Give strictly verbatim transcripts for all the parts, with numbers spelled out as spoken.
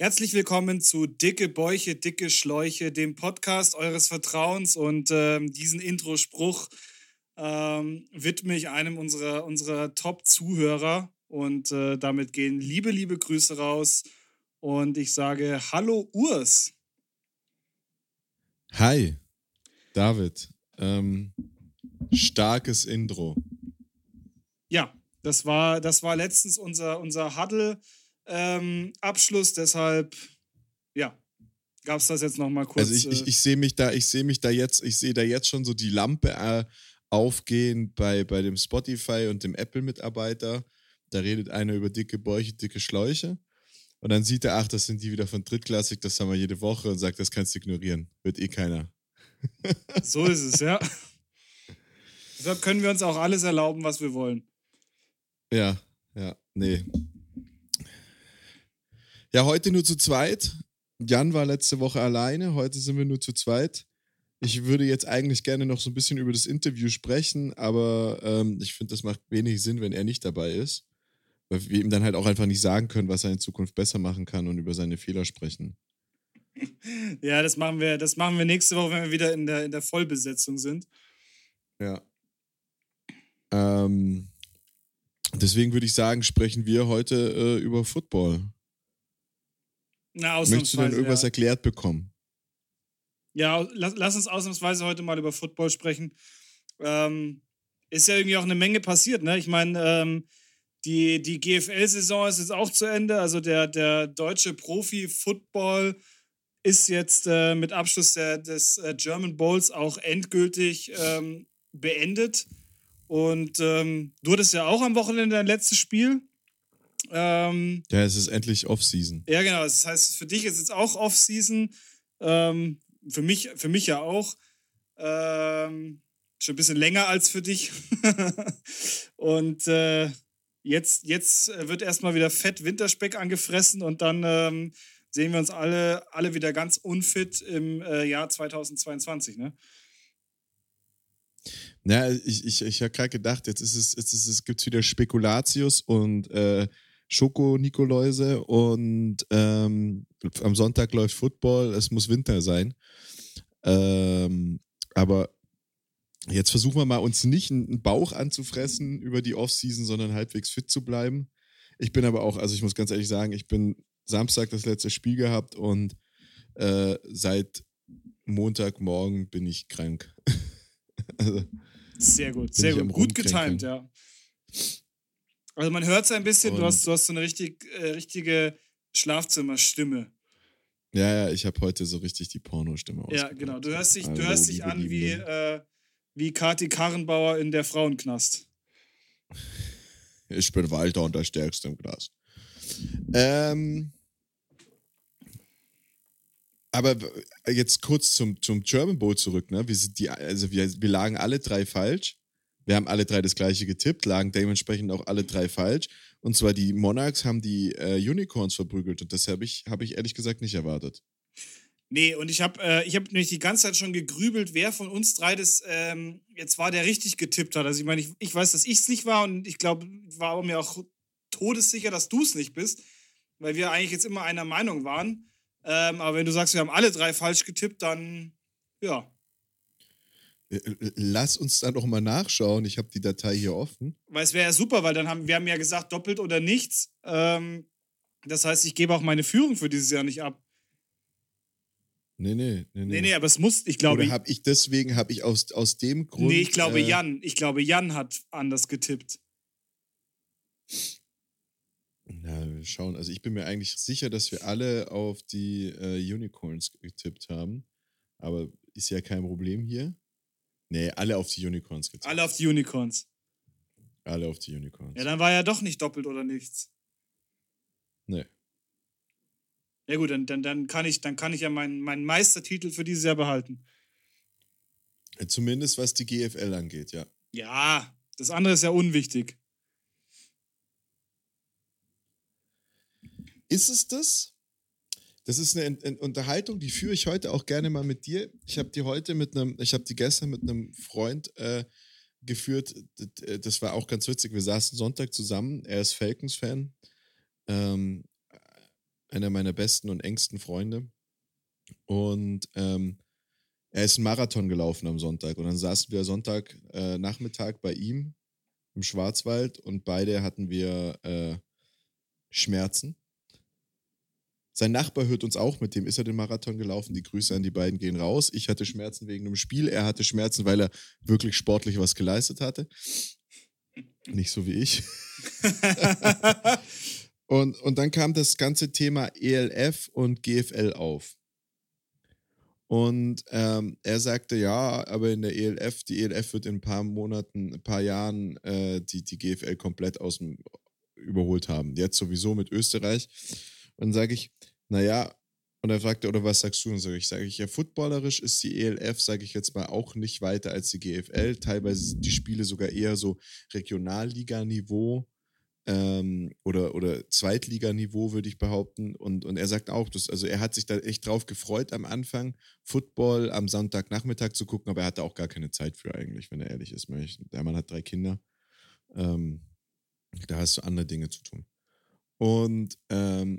Herzlich willkommen zu Dicke Bäuche, Dicke Schläuche, dem Podcast eures Vertrauens. Und ähm, diesen Intro-Spruch ähm, widme ich einem unserer, unserer Top-Zuhörer. Und äh, damit gehen liebe, liebe Grüße raus. Und ich sage Hallo Urs. Hi, David. Ähm, starkes Intro. Ja, das war, das war letztens unser, unser Huddle-Abschluss. Ähm, deshalb, ja, gab es das jetzt nochmal kurz. Also ich, ich, ich sehe mich da, ich sehe mich da jetzt, ich sehe da jetzt schon so die Lampe äh, aufgehen bei, bei dem Spotify und dem Apple-Mitarbeiter. Da redet einer über dicke Bäuche, dicke Schläuche. Und dann sieht er, ach, das sind die wieder von Drittklassik, das haben wir jede Woche und sagt, das kannst du ignorieren. Wird eh keiner. So ist es, ja. Deshalb können wir uns auch alles erlauben, was wir wollen. Ja, ja, nee. Ja, heute nur zu zweit. Jan war letzte Woche alleine, heute sind wir nur zu zweit. Ich würde jetzt eigentlich gerne noch so ein bisschen über das Interview sprechen, aber ähm, ich finde, das macht wenig Sinn, wenn er nicht dabei ist. Weil wir ihm dann halt auch einfach nicht sagen können, was er in Zukunft besser machen kann und über seine Fehler sprechen. Ja, das machen wir, das machen wir nächste Woche, wenn wir wieder in der, in der Vollbesetzung sind. Ja. Ähm, deswegen würde ich sagen, sprechen wir heute äh, über Football. Na, Möchtest du denn irgendwas ja. erklärt bekommen? Ja, lass, lass uns ausnahmsweise heute mal über Football sprechen. Ähm, ist ja irgendwie auch eine Menge passiert, ne? Ich meine, ähm, die, die G F L-Saison ist jetzt auch zu Ende. Also der, der deutsche Profi-Football ist jetzt äh, mit Abschluss der, des äh, German Bowls auch endgültig ähm, beendet. Und ähm, du hattest ja auch am Wochenende dein letztes Spiel. Ähm, ja, es ist endlich Off-Season. Ja, genau. Das heißt, für dich ist jetzt auch Off-Season. Ähm, für, mich, für mich ja auch. Ähm, schon ein bisschen länger als für dich. Und äh, jetzt, jetzt wird erstmal wieder fett Winterspeck angefressen und dann ähm, sehen wir uns alle, alle wieder ganz unfit im äh, Jahr zweitausendzweiundzwanzig, ne? Ja, ich, ich, ich habe gerade gedacht, jetzt ist es, jetzt ist es, gibt's wieder Spekulatius und äh, Schoko-Nikoläuse und ähm, am Sonntag läuft Football, es muss Winter sein. Ähm, aber jetzt versuchen wir mal, uns nicht einen Bauch anzufressen über die Offseason, sondern halbwegs fit zu bleiben. Ich bin aber auch, also ich muss ganz ehrlich sagen, ich bin Samstag das letzte Spiel gehabt und äh, seit Montagmorgen bin ich krank. also, sehr gut, sehr gut. Gut getimt, ja. Also man hört es ein bisschen, du hast, du hast so eine richtig, äh, richtige Schlafzimmerstimme. Ja, ja, ich habe heute so richtig die Pornostimme ausgepackt. Ja, genau. Du hörst dich, du hörst dich an wie, äh, wie Kati Karrenbauer in der Frauenknast. Ich bin Walter und der Stärkste im Knast. Ähm, aber jetzt kurz zum, zum German Bowl zurück. Ne? Wir, sind die, also wir, wir lagen alle drei falsch. Wir haben alle drei das gleiche getippt, lagen dementsprechend auch alle drei falsch. Und zwar die Monarchs haben die äh, Unicorns verprügelt. Und das habe ich, hab ich ehrlich gesagt nicht erwartet. Nee, und ich habe äh, ich hab nämlich die ganze Zeit schon gegrübelt, wer von uns drei das ähm, jetzt war, der richtig getippt hat. Also ich meine, ich, ich weiß, dass ich es nicht war und ich glaube, war aber mir auch todessicher, dass du es nicht bist, weil wir eigentlich jetzt immer einer Meinung waren. Ähm, aber wenn du sagst, wir haben alle drei falsch getippt, dann ja. Lass uns da noch mal nachschauen. Ich habe die Datei hier offen. Weil es wäre ja super, weil dann haben wir haben ja gesagt, doppelt oder nichts. Ähm, das heißt, ich gebe auch meine Führung für dieses Jahr nicht ab. Nee, nee, nee, nee. Nee, nee, aber es muss, ich glaube. Oder habe ich deswegen, habe ich aus, aus dem Grund. Nee, ich glaube äh, Jan. Ich glaube, Jan hat anders getippt. Na, wir schauen. Also ich bin mir eigentlich sicher, dass wir alle auf die äh, Unicorns getippt haben. Aber ist ja kein Problem hier. Nee, alle auf die Unicorns getippt. Alle auf die Unicorns. Alle auf die Unicorns. Ja, dann war ja doch nicht doppelt oder nichts. Nee. Ja gut, dann, dann, dann, kann, ich, dann kann ich ja meinen, meinen Meistertitel für dieses Jahr behalten. Zumindest was die G F L angeht, ja. Ja, das andere ist ja unwichtig. Ist es das? Das ist eine, eine Unterhaltung, die führe ich heute auch gerne mal mit dir. Ich habe die heute mit einem, ich habe die gestern mit einem Freund äh, geführt. Das war auch ganz witzig. Wir saßen Sonntag zusammen. Er ist Falcons-Fan. Ähm, einer meiner besten und engsten Freunde. Und ähm, er ist einen Marathon gelaufen am Sonntag. Und dann saßen wir Sonntag äh, Nachmittag bei ihm im Schwarzwald und beide hatten wir äh, Schmerzen. Sein Nachbar hört uns auch, mit dem ist er den Marathon gelaufen. Die Grüße an die beiden gehen raus. Ich hatte Schmerzen wegen dem Spiel. Er hatte Schmerzen, weil er wirklich sportlich was geleistet hatte. Nicht so wie ich. und, und dann kam das ganze Thema E L F und G F L auf. Und ähm, er sagte, ja, aber in der E L F, die E L F wird in ein paar Monaten, ein paar Jahren äh, die, die G F L komplett aus dem überholt haben. Jetzt sowieso mit Österreich. Und dann sage ich, naja, und er fragte, oder was sagst du? Und sage ich, sage ich, ja, footballerisch ist die E L F, sage ich jetzt mal, auch nicht weiter als die G F L. Teilweise sind die Spiele sogar eher so Regionalliganiveau ähm, oder, oder Zweitliganiveau, würde ich behaupten. Und, und er sagt auch, dass, also er hat sich da echt drauf gefreut am Anfang, Football am Sonntagnachmittag zu gucken, aber er hatte auch gar keine Zeit für eigentlich, wenn er ehrlich ist. Der Mann hat drei Kinder. Ähm, da hast du andere Dinge zu tun. Und ähm,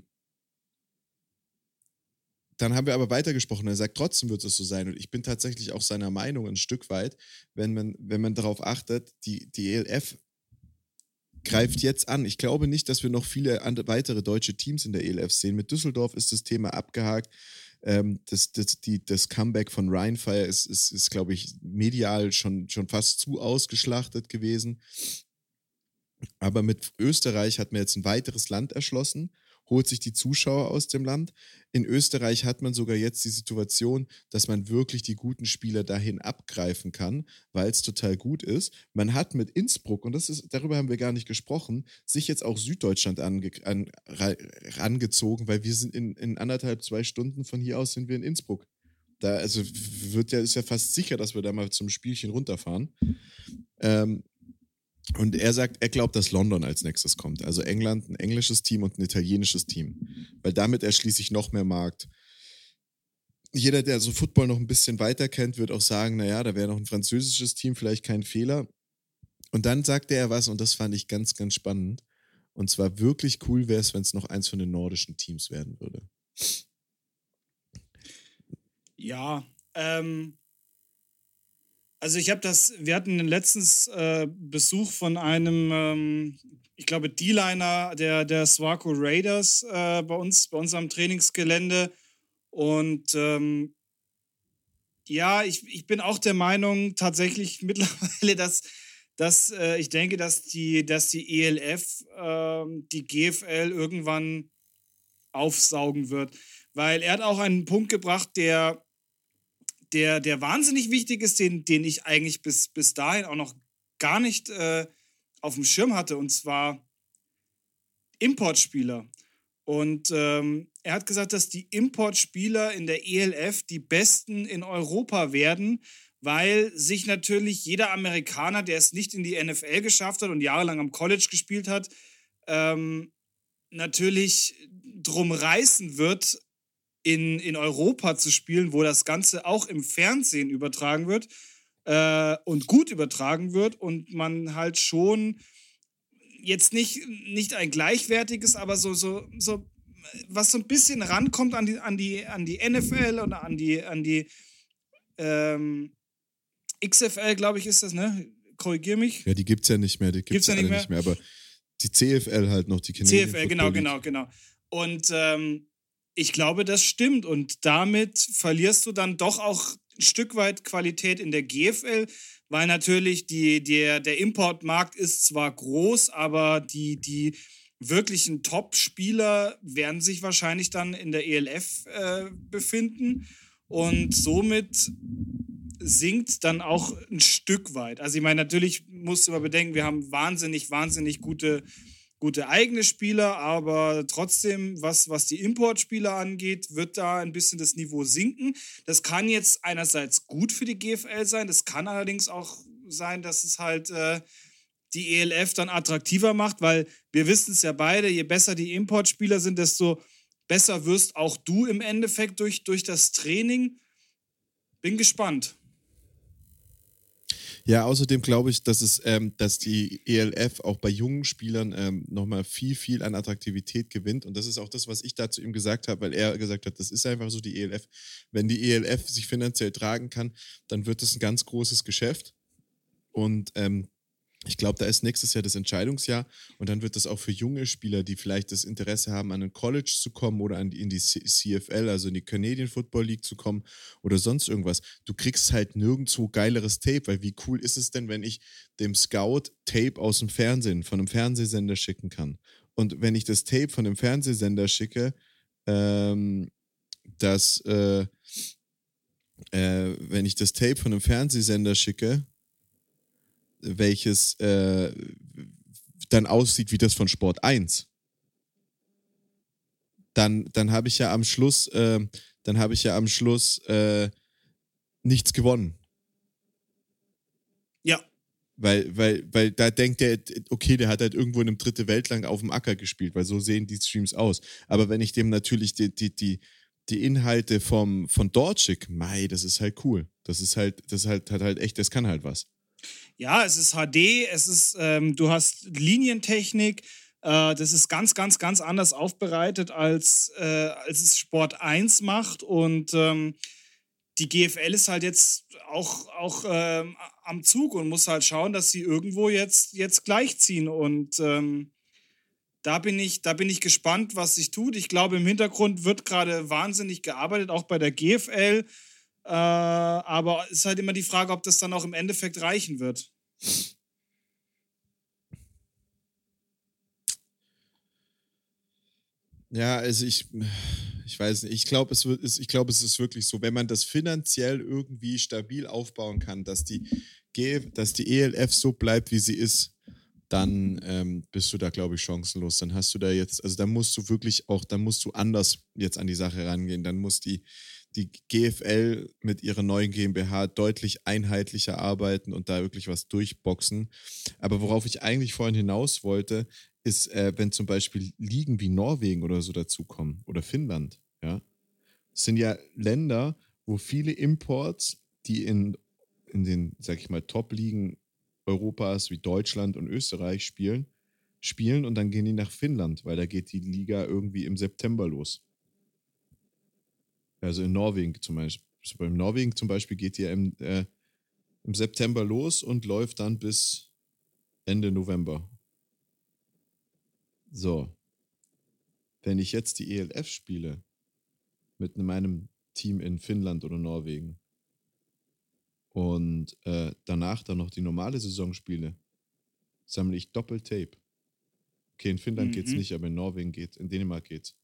dann haben wir aber weitergesprochen. Er sagt, trotzdem wird es so sein. Und ich bin tatsächlich auch seiner Meinung ein Stück weit, wenn man, wenn man darauf achtet, die, die E L F greift jetzt an. Ich glaube nicht, dass wir noch viele andere, weitere deutsche Teams in der E L F sehen. Mit Düsseldorf ist das Thema abgehakt. Ähm, das, das, die, das Comeback von Rheinfire ist, ist, ist glaube ich, medial schon, schon fast zu ausgeschlachtet gewesen. Aber mit Österreich hat man jetzt ein weiteres Land erschlossen, holt sich die Zuschauer aus dem Land. In Österreich hat man sogar jetzt die Situation, dass man wirklich die guten Spieler dahin abgreifen kann, weil es total gut ist. Man hat mit Innsbruck, und das ist, darüber haben wir gar nicht gesprochen, sich jetzt auch Süddeutschland ange, an, rangezogen, weil wir sind in, in anderthalb, zwei Stunden von hier aus sind wir in Innsbruck. Da also wird ja, ist ja fast sicher, dass wir da mal zum Spielchen runterfahren. Ähm, Und er sagt, er glaubt, dass London als nächstes kommt. Also England, ein englisches Team und ein italienisches Team. Weil damit erschließe ich noch mehr Markt. Jeder, der so Football noch ein bisschen weiter kennt, wird auch sagen, naja, da wäre noch ein französisches Team, vielleicht kein Fehler. Und dann sagte er was, und das fand ich ganz, ganz spannend. Und zwar wirklich cool wäre es, wenn es noch eins von den nordischen Teams werden würde. Ja, ähm... Also ich habe das, wir hatten letztens äh, Besuch von einem, ähm, ich glaube, D-Liner der, der Swarco Raiders äh, bei uns, bei uns am Trainingsgelände. Und ähm, ja, ich, ich bin auch der Meinung tatsächlich mittlerweile, dass, dass äh, ich denke, dass die, dass die E L F äh, die G F L irgendwann aufsaugen wird. Weil er hat auch einen Punkt gebracht, der Der, der wahnsinnig wichtig ist, den, den ich eigentlich bis, bis dahin auch noch gar nicht äh, auf dem Schirm hatte, und zwar Importspieler. Und ähm, er hat gesagt, dass die Importspieler in der E L F die besten in Europa werden, weil sich natürlich jeder Amerikaner, der es nicht in die N F L geschafft hat und jahrelang am College gespielt hat, ähm, natürlich drum reißen wird, In, in Europa zu spielen, wo das Ganze auch im Fernsehen übertragen wird äh, und gut übertragen wird und man halt schon jetzt nicht, nicht ein gleichwertiges, aber so, so, so was so ein bisschen rankommt an die, an die, an die N F L oder an die, an die ähm, X F L, glaube ich, ist das, ne? Korrigier mich. Ja, die gibt es ja nicht mehr, die gibt es ja nicht, nicht mehr, aber die C F L halt noch, die Canadian C F L, genau, genau, genau. Und ähm, ich glaube, das stimmt. Und damit verlierst du dann doch auch ein Stück weit Qualität in der G F L, weil natürlich die, der, der Importmarkt ist zwar groß, aber die, die wirklichen Top-Spieler werden sich wahrscheinlich dann in der E L F äh, befinden. Und somit sinkt dann auch ein Stück weit. Also ich meine, natürlich musst du mal bedenken, wir haben wahnsinnig, wahnsinnig gute gute eigene Spieler, aber trotzdem, was, was die Importspieler angeht, wird da ein bisschen das Niveau sinken. Das kann jetzt einerseits gut für die G F L sein, das kann allerdings auch sein, dass es halt äh, die E L F dann attraktiver macht, weil wir wissen es ja beide, je besser die Importspieler sind, desto besser wirst auch du im Endeffekt durch, durch das Training. Bin gespannt. Ja, außerdem glaube ich, dass es, ähm, dass die E L F auch bei jungen Spielern ähm, nochmal viel, viel an Attraktivität gewinnt. Und das ist auch das, was ich da zu ihm gesagt habe, weil er gesagt hat, das ist einfach so die E L F. Wenn die E L F sich finanziell tragen kann, dann wird es ein ganz großes Geschäft. Und ähm, ich glaube, da ist nächstes Jahr das Entscheidungsjahr und dann wird das auch für junge Spieler, die vielleicht das Interesse haben, an ein College zu kommen oder an die, in die C F L, also in die Canadian Football League zu kommen oder sonst irgendwas. Du kriegst halt nirgendwo geileres Tape, weil wie cool ist es denn, wenn ich dem Scout Tape aus dem Fernsehen, von einem Fernsehsender schicken kann? Und wenn ich das Tape von einem Fernsehsender schicke, ähm, das, äh, äh, wenn ich das Tape von einem Fernsehsender schicke, welches äh, dann aussieht wie das von Sport eins, dann, dann habe ich ja am Schluss, äh, dann habe ich ja am Schluss äh, nichts gewonnen. Ja. Weil, weil, weil da denkt der, okay, der hat halt irgendwo in einem dritte Welt lang auf dem Acker gespielt, weil so sehen die Streams aus. Aber wenn ich dem natürlich die, die, die, die Inhalte vom, von dort schicke, mei, das ist halt cool. Das ist halt, das halt, hat halt echt, das kann halt was. Ja, es ist H D, es ist, ähm, du hast Linientechnik, äh, das ist ganz, ganz, ganz anders aufbereitet, als, äh, als es Sport eins macht. Und ähm, die G F L ist halt jetzt auch, auch ähm, am Zug und muss halt schauen, dass sie irgendwo jetzt, jetzt gleichziehen. Und ähm, da bin ich, da bin ich gespannt, was sich tut. Ich glaube, im Hintergrund wird gerade wahnsinnig gearbeitet, auch bei der G F L. Äh, aber es ist halt immer die Frage, ob das dann auch im Endeffekt reichen wird. Ja, also ich, ich weiß nicht, ich glaube, es, ich glaub, es ist wirklich so, wenn man das finanziell irgendwie stabil aufbauen kann, dass die, G, dass die E L F so bleibt, wie sie ist, dann ähm, bist du da, glaube ich, chancenlos. Dann hast du da jetzt, also da musst du wirklich auch, dann musst du anders jetzt an die Sache rangehen. Dann muss die, die G F L mit ihrer neuen GmbH deutlich einheitlicher arbeiten und da wirklich was durchboxen. Aber worauf ich eigentlich vorhin hinaus wollte, ist, äh, wenn zum Beispiel Ligen wie Norwegen oder so dazukommen oder Finnland, ja, das sind ja Länder, wo viele Imports, die in, in den, sag ich mal, Top-Ligen Europas wie Deutschland und Österreich spielen, spielen und dann gehen die nach Finnland, weil da geht die Liga irgendwie im September los. Also in Norwegen zum Beispiel. Beim Norwegen zum Beispiel geht die ja im, äh, im September los und läuft dann bis Ende November. So. Wenn ich jetzt die E L F spiele mit meinem Team in Finnland oder Norwegen und äh, danach dann noch die normale Saison spiele, sammle ich doppelt Tape. Okay, in Finnland mhm. geht's nicht, aber in Norwegen geht's, in Dänemark geht's.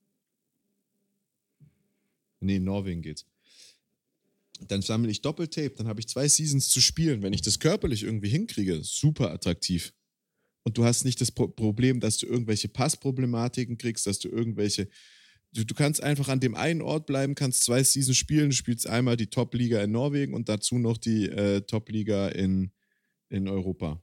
Nee, in Norwegen geht's. Dann sammle ich doppelt Tape, dann habe ich zwei Seasons zu spielen. Wenn ich das körperlich irgendwie hinkriege, super attraktiv. Und du hast nicht das Pro- Problem, dass du irgendwelche Passproblematiken kriegst, dass du irgendwelche... Du, du kannst einfach an dem einen Ort bleiben, kannst zwei Seasons spielen, du spielst einmal die Top-Liga in Norwegen und dazu noch die äh, Top-Liga in, in Europa.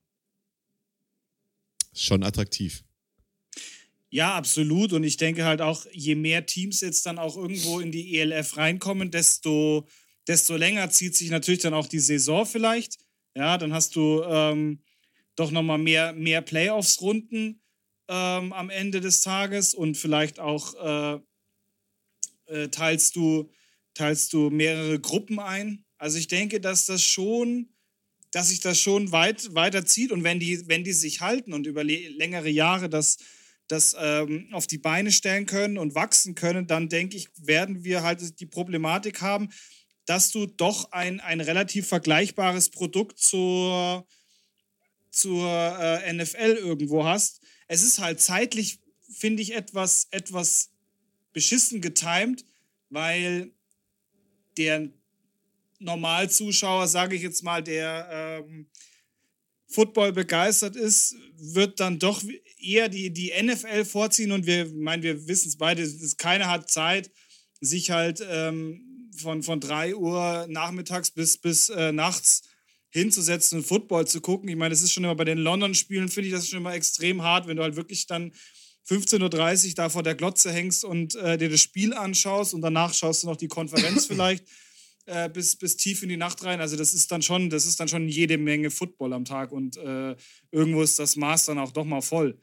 Schon attraktiv. Ja, absolut. Und ich denke halt auch, je mehr Teams jetzt dann auch irgendwo in die E L F reinkommen, desto, desto länger zieht sich natürlich dann auch die Saison vielleicht. Ja, dann hast du ähm, doch nochmal mehr, mehr Playoffs-Runden ähm, am Ende des Tages und vielleicht auch äh, äh, teilst du, teilst du mehrere Gruppen ein. Also ich denke, dass das schon, dass sich das schon weit, weiter zieht und wenn die, wenn die sich halten und über le- längere Jahre das das ähm, auf die Beine stellen können und wachsen können, dann denke ich, werden wir halt die Problematik haben, dass du doch ein, ein relativ vergleichbares Produkt zur, zur äh, N F L irgendwo hast. Es ist halt zeitlich, finde ich, etwas, etwas beschissen getimt, weil der Normalzuschauer, sage ich jetzt mal, der ähm, Football begeistert ist, wird dann doch eher die, die N F L vorziehen und wir, meinen, wir wissen es beide, keiner hat Zeit, sich halt ähm, von, von drei Uhr nachmittags bis, bis äh, nachts hinzusetzen und Football zu gucken. Ich meine, das ist schon immer bei den London-Spielen, finde ich das schon immer extrem hart, wenn du halt wirklich dann fünfzehn Uhr dreißig da vor der Glotze hängst und äh, dir das Spiel anschaust und danach schaust du noch die Konferenz vielleicht. äh, bis, bis tief in die Nacht rein. Also das ist dann schon, das ist dann schon jede Menge Football am Tag und äh, irgendwo ist das Maß dann auch doch mal voll.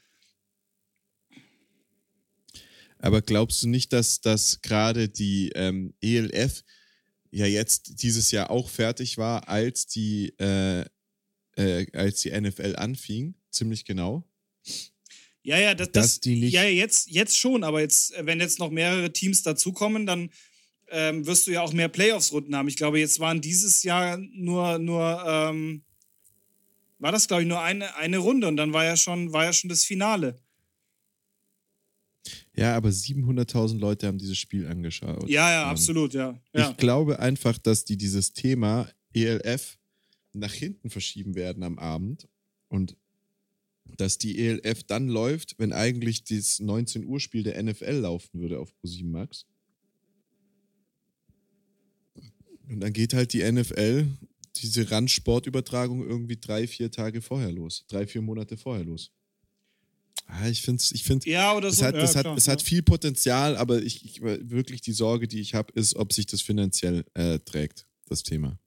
Aber glaubst du nicht, dass, dass gerade die ähm, E L F ja jetzt dieses Jahr auch fertig war, als die, äh, äh, als die N F L anfing? Ziemlich genau. Ja, ja, das, das die nicht ja, jetzt, jetzt schon, aber jetzt, wenn jetzt noch mehrere Teams dazukommen, dann ähm, wirst du ja auch mehr Playoffs-Runden haben. Ich glaube, jetzt waren dieses Jahr nur, nur ähm, war das, glaube ich, nur eine, eine Runde und dann war ja schon, war ja schon das Finale. Ja, aber siebenhunderttausend Leute haben dieses Spiel angeschaut. Ja, ja, absolut, ja. ja. Ich glaube einfach, dass die dieses Thema E L F nach hinten verschieben werden am Abend und dass die E L F dann läuft, wenn eigentlich das neunzehn Uhr Spiel der N F L laufen würde auf ProSieben Max. Und dann geht halt die N F L, diese Randsportübertragung irgendwie drei, vier Tage vorher los. Drei, vier Monate vorher los. Ah, ich finde, ich find, ja, oder es, so. hat, ja, es, klar, hat, es ja. hat viel Potenzial, aber ich, ich, wirklich die Sorge, die ich habe, ist, ob sich das finanziell äh, trägt, das Thema.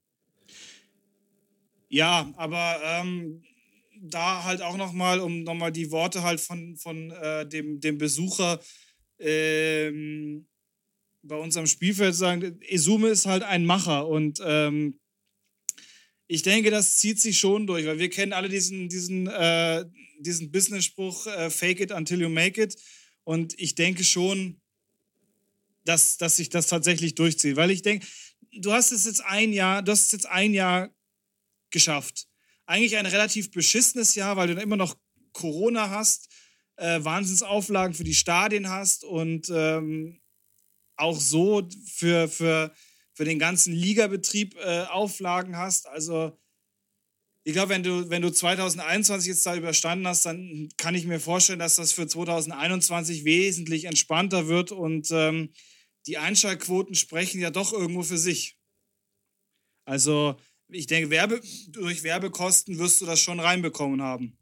Ja, aber ähm, da halt auch nochmal, um nochmal die Worte halt von, von äh, dem, dem Besucher ähm, bei uns am Spielfeld zu sagen, Esume ist halt ein Macher und ähm, ich denke, das zieht sich schon durch, weil wir kennen alle diesen, diesen, äh, diesen Business-Spruch, äh, fake it until you make it. Und ich denke schon, dass, dass sich das tatsächlich durchzieht. Weil ich denke, du hast es jetzt ein Jahr, du hast es jetzt ein Jahr geschafft. Eigentlich ein relativ beschissenes Jahr, weil du dann immer noch Corona hast, äh, Wahnsinnsauflagen für die Stadien hast und ähm, auch so für, für für den ganzen Ligabetrieb äh, Auflagen hast. Also ich glaube, wenn du, wenn du zwanzig einundzwanzig jetzt da überstanden hast, dann kann ich mir vorstellen, dass das für zwanzig einundzwanzig wesentlich entspannter wird und ähm, die Einschaltquoten sprechen ja doch irgendwo für sich. Also ich denke, Werbe, durch Werbekosten wirst du das schon reinbekommen haben.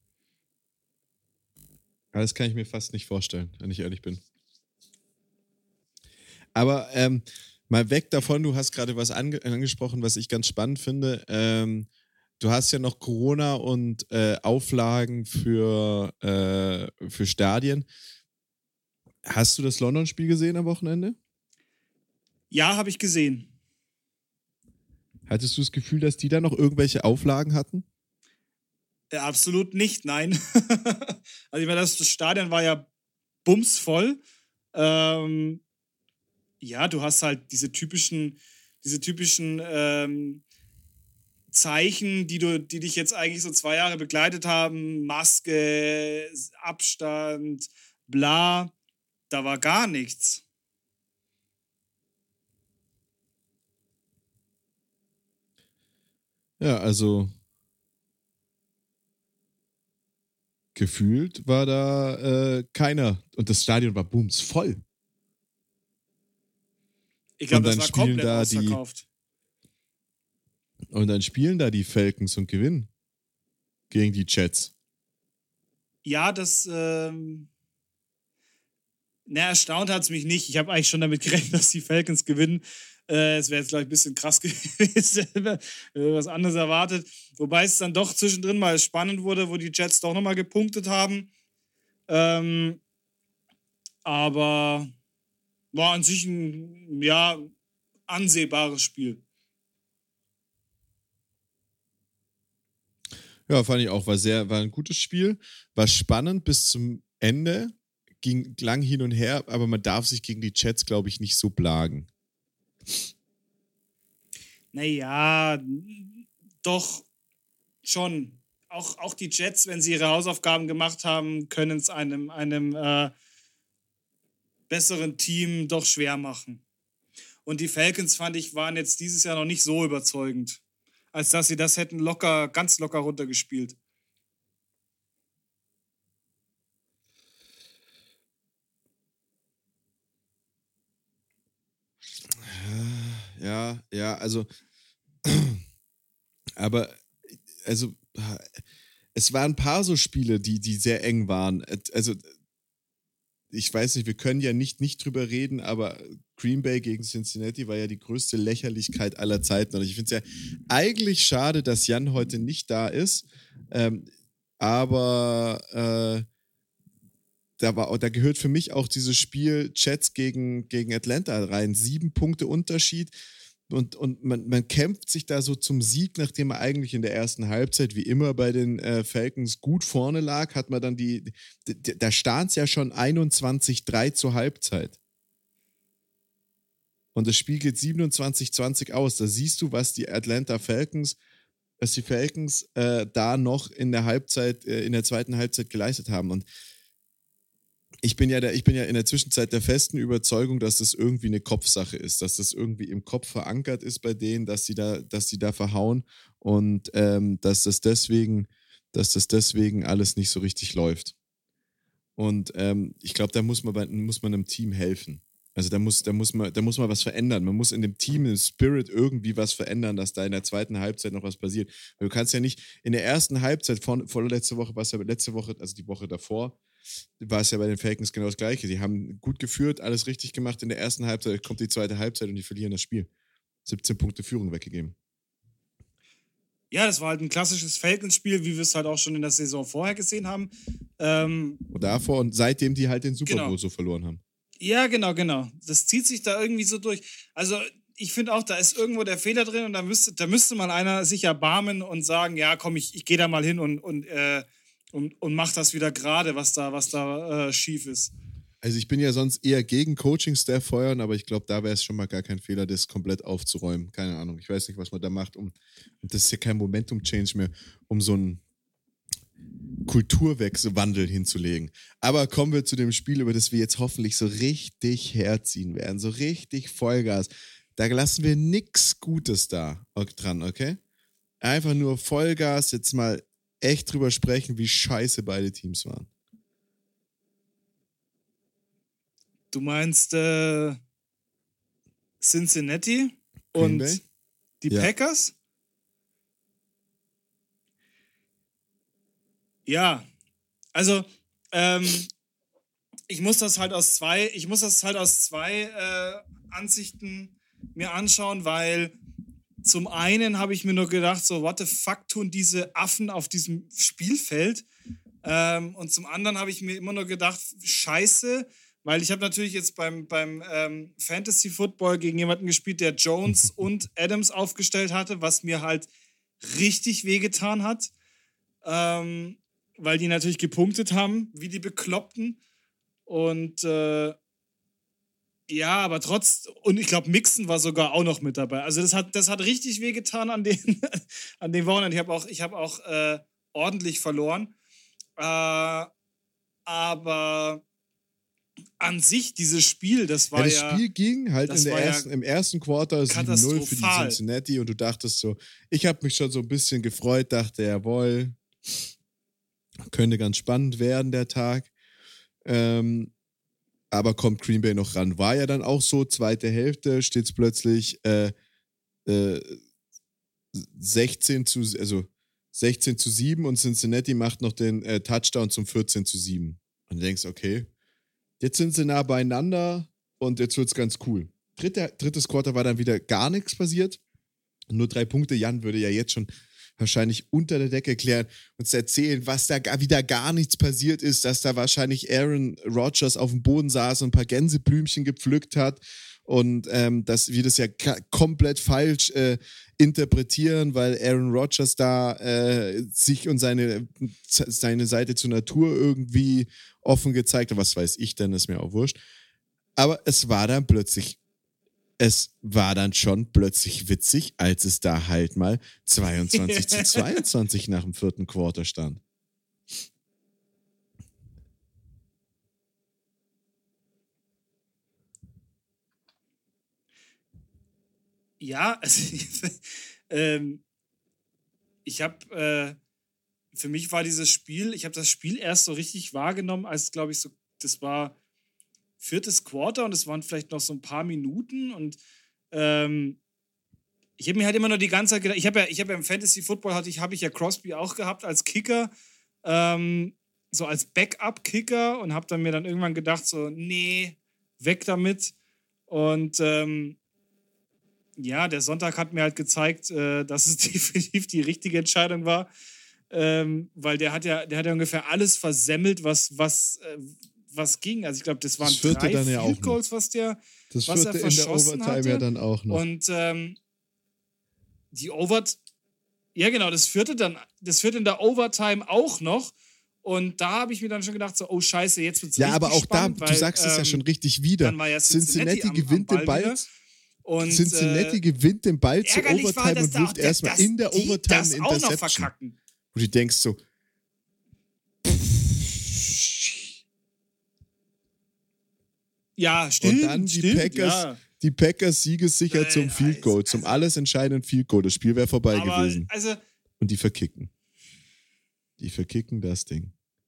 Aber das kann ich mir fast nicht vorstellen, wenn ich ehrlich bin. Aber ähm, mal weg davon, du hast gerade was ange- angesprochen, was ich ganz spannend finde. Ähm, du hast ja noch Corona und äh, Auflagen für, äh, für Stadien. Hast du das London-Spiel gesehen am Wochenende? Ja, habe ich gesehen. Hattest du das Gefühl, dass die da noch irgendwelche Auflagen hatten? Äh, absolut nicht, nein. Also ich meine, das Stadion war ja bumsvoll. Ähm, ja, du hast halt diese typischen, diese typischen ähm, Zeichen, die, du, die dich jetzt eigentlich so zwei Jahre begleitet haben. Maske, Abstand, bla. Da war gar nichts. Ja, also gefühlt war da äh, keiner. Und das Stadion war bumsvoll. Ich glaube, das war komplett da ausverkauft. Die, und dann spielen da die Falcons und gewinnen gegen die Jets. Ja, das ähm na, erstaunt hat es mich nicht. Ich habe eigentlich schon damit gerechnet, dass die Falcons gewinnen. Äh, es wäre jetzt, glaube ich, ein bisschen krass gewesen, wenn wir was anderes erwartet. Wobei es dann doch zwischendrin mal spannend wurde, wo die Jets doch nochmal gepunktet haben. Ähm, aber war an sich ein, ja, ansehbares Spiel. Ja, fand ich auch. War, sehr, war ein gutes Spiel. War spannend bis zum Ende. Ging lang hin und her, aber man darf sich gegen die Jets, glaube ich, nicht so plagen. Naja, doch schon. Auch, auch die Jets, wenn sie ihre Hausaufgaben gemacht haben, können es einem, einem äh, besseren Team doch schwer machen. Und die Falcons, fand ich, waren jetzt dieses Jahr noch nicht so überzeugend, als dass sie das hätten locker, ganz locker runtergespielt. Ja, ja, also aber also es waren ein paar so Spiele, die, die sehr eng waren. Also ich weiß nicht, wir können ja nicht, nicht drüber reden, aber Green Bay gegen Cincinnati war ja die größte Lächerlichkeit aller Zeiten. Und ich finde es ja eigentlich schade, dass Jan heute nicht da ist. Ähm, aber äh, da, war, da gehört für mich auch dieses Spiel Jets gegen, gegen Atlanta rein. Sieben Punkte Unterschied. Und, und man, man kämpft sich da so zum Sieg, nachdem man eigentlich in der ersten Halbzeit, wie immer bei den äh, Falcons, gut vorne lag, hat man dann die, die, die da stand es ja schon einundzwanzig drei zur Halbzeit. Und das Spiel geht siebenundzwanzig zwanzig aus. Da siehst du, was die Atlanta Falcons, was die Falcons äh, da noch in der Halbzeit, äh, in der zweiten Halbzeit geleistet haben. Und Ich bin, ja der, ich bin ja in der Zwischenzeit der festen Überzeugung, dass das irgendwie eine Kopfsache ist, dass das irgendwie im Kopf verankert ist bei denen, dass sie da, dass sie da verhauen und ähm, dass das deswegen, dass das deswegen alles nicht so richtig läuft. Und ähm, ich glaube, da muss man, bei, muss man einem Team helfen. Also da muss, da, muss man, da muss man was verändern. Man muss in dem Team, im Spirit irgendwie was verändern, dass da in der zweiten Halbzeit noch was passiert. Weil du kannst ja nicht in der ersten Halbzeit, vor, vor letzte Woche, was ja letzte Woche, also die Woche davor, war es ja bei den Falcons genau das Gleiche. Die haben gut geführt, alles richtig gemacht in der ersten Halbzeit, kommt die zweite Halbzeit und die verlieren das Spiel. siebzehn Punkte Führung weggegeben. Ja, das war halt ein klassisches Falcons-Spiel, wie wir es halt auch schon in der Saison vorher gesehen haben. Ähm, und davor und seitdem die halt den Super Bowl genau. so verloren haben. Ja, genau, genau. Das zieht sich da irgendwie so durch. Also ich finde auch, da ist irgendwo der Fehler drin und da müsste, da müsste mal einer sich erbarmen und sagen, ja komm, ich, ich gehe da mal hin und, und äh, Und, und macht das wieder gerade, was da, was da äh, schief ist. Also ich bin ja sonst eher gegen Coaching-Staff feuern, aber ich glaube, da wäre es schon mal gar kein Fehler, das komplett aufzuräumen. Keine Ahnung, ich weiß nicht, was man da macht. Um, und das ist ja kein Momentum-Change mehr, um so einen Kulturwechselwandel hinzulegen. Aber kommen wir zu dem Spiel, über das wir jetzt hoffentlich so richtig herziehen werden, so richtig Vollgas. Da lassen wir nichts Gutes da dran, okay? Einfach nur Vollgas, jetzt mal echt drüber sprechen, wie scheiße beide Teams waren. Du meinst äh, Cincinnati Green und Bay? die Ja. Packers? Ja, also ähm, ich muss das halt aus zwei, ich muss das halt aus zwei äh, Ansichten mir anschauen, weil zum einen habe ich mir nur gedacht, so, what the fuck tun diese Affen auf diesem Spielfeld? Ähm, und zum anderen habe ich mir immer nur gedacht, scheiße, weil ich habe natürlich jetzt beim, beim ähm, Fantasy Football gegen jemanden gespielt, der Jones und Adams aufgestellt hatte, was mir halt richtig wehgetan hat, ähm, weil die natürlich gepunktet haben, wie die Bekloppten. Und äh, ja, aber trotz, und ich glaube, Mixon war sogar auch noch mit dabei. Also das hat, das hat richtig wehgetan an den, an den Wochenenden. Ich habe auch, ich hab auch äh, ordentlich verloren. Äh, aber an sich, dieses Spiel, das war ja... Das ja, Spiel ging halt in der ja ersten, im ersten Quarter sieben null für die Cincinnati und du dachtest so, ich habe mich schon so ein bisschen gefreut, dachte, jawohl, könnte ganz spannend werden, der Tag. Ähm, aber kommt Green Bay noch ran. War ja dann auch so, zweite Hälfte steht es plötzlich äh, äh, sechzehn zu, also sechzehn zu sieben und Cincinnati macht noch den äh, Touchdown zum vierzehn zu sieben. Und du denkst, okay, jetzt sind sie nah beieinander und jetzt wird es ganz cool. Dritte, drittes Quarter war dann wieder gar nichts passiert. Nur drei Punkte. Jan würde ja jetzt schon wahrscheinlich unter der Decke klären, uns erzählen, was da wieder gar nichts passiert ist, dass da wahrscheinlich Aaron Rodgers auf dem Boden saß und ein paar Gänseblümchen gepflückt hat und ähm, dass wir das ja k- komplett falsch äh, interpretieren, weil Aaron Rodgers da äh, sich und seine, seine Seite zur Natur irgendwie offen gezeigt hat. Was weiß ich denn, ist mir auch wurscht. Aber es war dann plötzlich Es war dann schon plötzlich witzig, als es da halt mal zweiundzwanzig zu zweiundzwanzig nach dem vierten Quarter stand. Ja, also ähm, ich habe, äh, für mich war dieses Spiel, ich habe das Spiel erst so richtig wahrgenommen, als, glaube ich, so, das war viertes Quarter und es waren vielleicht noch so ein paar Minuten und ähm, ich habe mir halt immer nur die ganze Zeit gedacht, ich habe ja, ich habe ja im Fantasy Football hatte ich, habe ich ja Crosby auch gehabt als Kicker. Ähm, so als Backup-Kicker und habe dann mir dann irgendwann gedacht, so, nee, weg damit. Und ähm, ja, der Sonntag hat mir halt gezeigt, äh, dass es definitiv die richtige Entscheidung war. Ähm, weil der hat ja, der hat ja ungefähr alles versemmelt, was, was, äh, was ging. Also ich glaube, das waren Das vierte drei dann ja auch Field noch. Goals, was der, Das was er vierte in der verschossen Overtime hatte. ja dann auch noch. Und ähm, die Overt, ja genau, das vierte dann, das vierte in der Overtime auch noch. Und da habe ich mir dann schon gedacht, so, oh Scheiße, jetzt wird's Ja, richtig aber auch spannend, da, weil, du sagst es ja ähm, schon richtig wieder. dann war ja Cincinnati, Cincinnati am, gewinnt am den Ball Ball. wieder. Und, Cincinnati äh, gewinnt den Ball zur ärgerlich war, Overtime dass und da, wirft erstmal dass in der die Overtime das eine auch noch Interception. verkacken. Wo du denkst so, Ja, stimmt. und dann die stimmt, Packers, ja. die Packers siegessicher Äh, zum Field Goal, also- zum alles entscheidenden Field Goal. Das Spiel wäre vorbei Aber, gewesen. also, Und die verkicken. Die verkicken das Ding.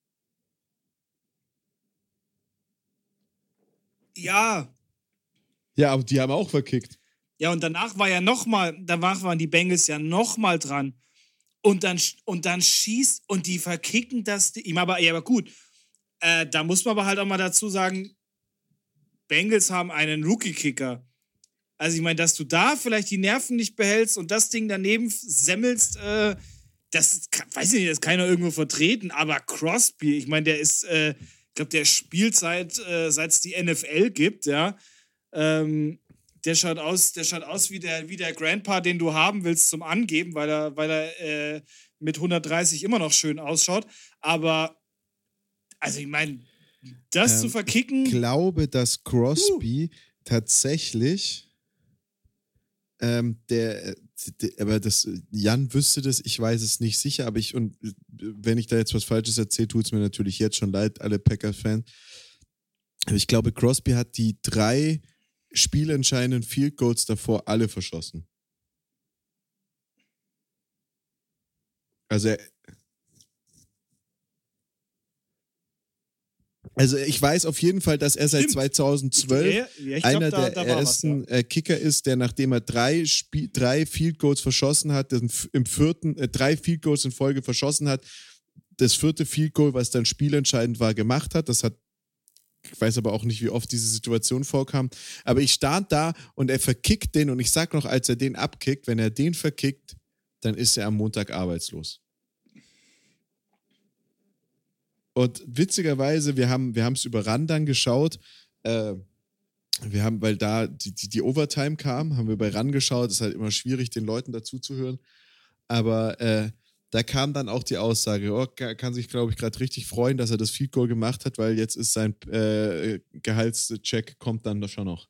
ja. Ja, aber die haben auch verkickt. Ja, und danach war ja nochmal, danach waren die Bengals ja nochmal dran. Und dann, und dann schießt und die verkicken das. Ding. Aber, ja, aber gut. Äh, da muss man aber halt auch mal dazu sagen, Bengals haben einen Rookie-Kicker. Also ich meine, dass du da vielleicht die Nerven nicht behältst und das Ding daneben semmelst, äh, das kann, weiß ich nicht, das kann ja irgendwo vertreten. Aber Crosby, ich meine, der ist, äh, ich glaube, der spielt seit äh, es die N F L gibt, ja. Ähm, der schaut aus, der schaut aus wie der, wie der Grandpa, den du haben willst zum Angeben, weil er, weil er äh, mit hundertdreißig immer noch schön ausschaut. Aber, also ich meine, das Ähm, zu verkicken. Ich glaube, dass Crosby uh. tatsächlich ähm, der, der, aber das, Jan wüsste das, ich weiß es nicht sicher, aber ich, und wenn ich da jetzt was Falsches erzähle, tut es mir natürlich jetzt schon leid, alle Packers-Fans. Aber ich glaube, Crosby hat die drei spielentscheidenden Field Goals davor alle verschossen. Also er, Also ich weiß auf jeden Fall, dass er seit Stimmt. zweitausendzwölf Ja, ja, ich glaub, einer da- der da war was, ersten äh, Kicker ist, der nachdem er drei, Spie- drei Field Goals verschossen hat, den f- im vierten, äh, drei Field Goals in Folge verschossen hat, das vierte Field Goal, was dann spielentscheidend war, gemacht hat. Das hat, ich weiß aber auch nicht, wie oft diese Situation vorkam. Aber ich stand da und er verkickt den und ich sag noch, als er den abkickt, wenn er den verkickt, dann ist er am Montag arbeitslos. Und witzigerweise, wir haben wir haben es über RAN dann geschaut. Äh, wir haben, weil da die, die, die Overtime kam, haben wir bei RAN geschaut. Es ist halt immer schwierig, den Leuten dazuzuhören. Aber äh, da kam dann auch die Aussage, oh, kann sich, glaube ich, gerade richtig freuen, dass er das Field Goal gemacht hat, weil jetzt ist sein äh, Gehaltscheck, kommt dann doch schon noch.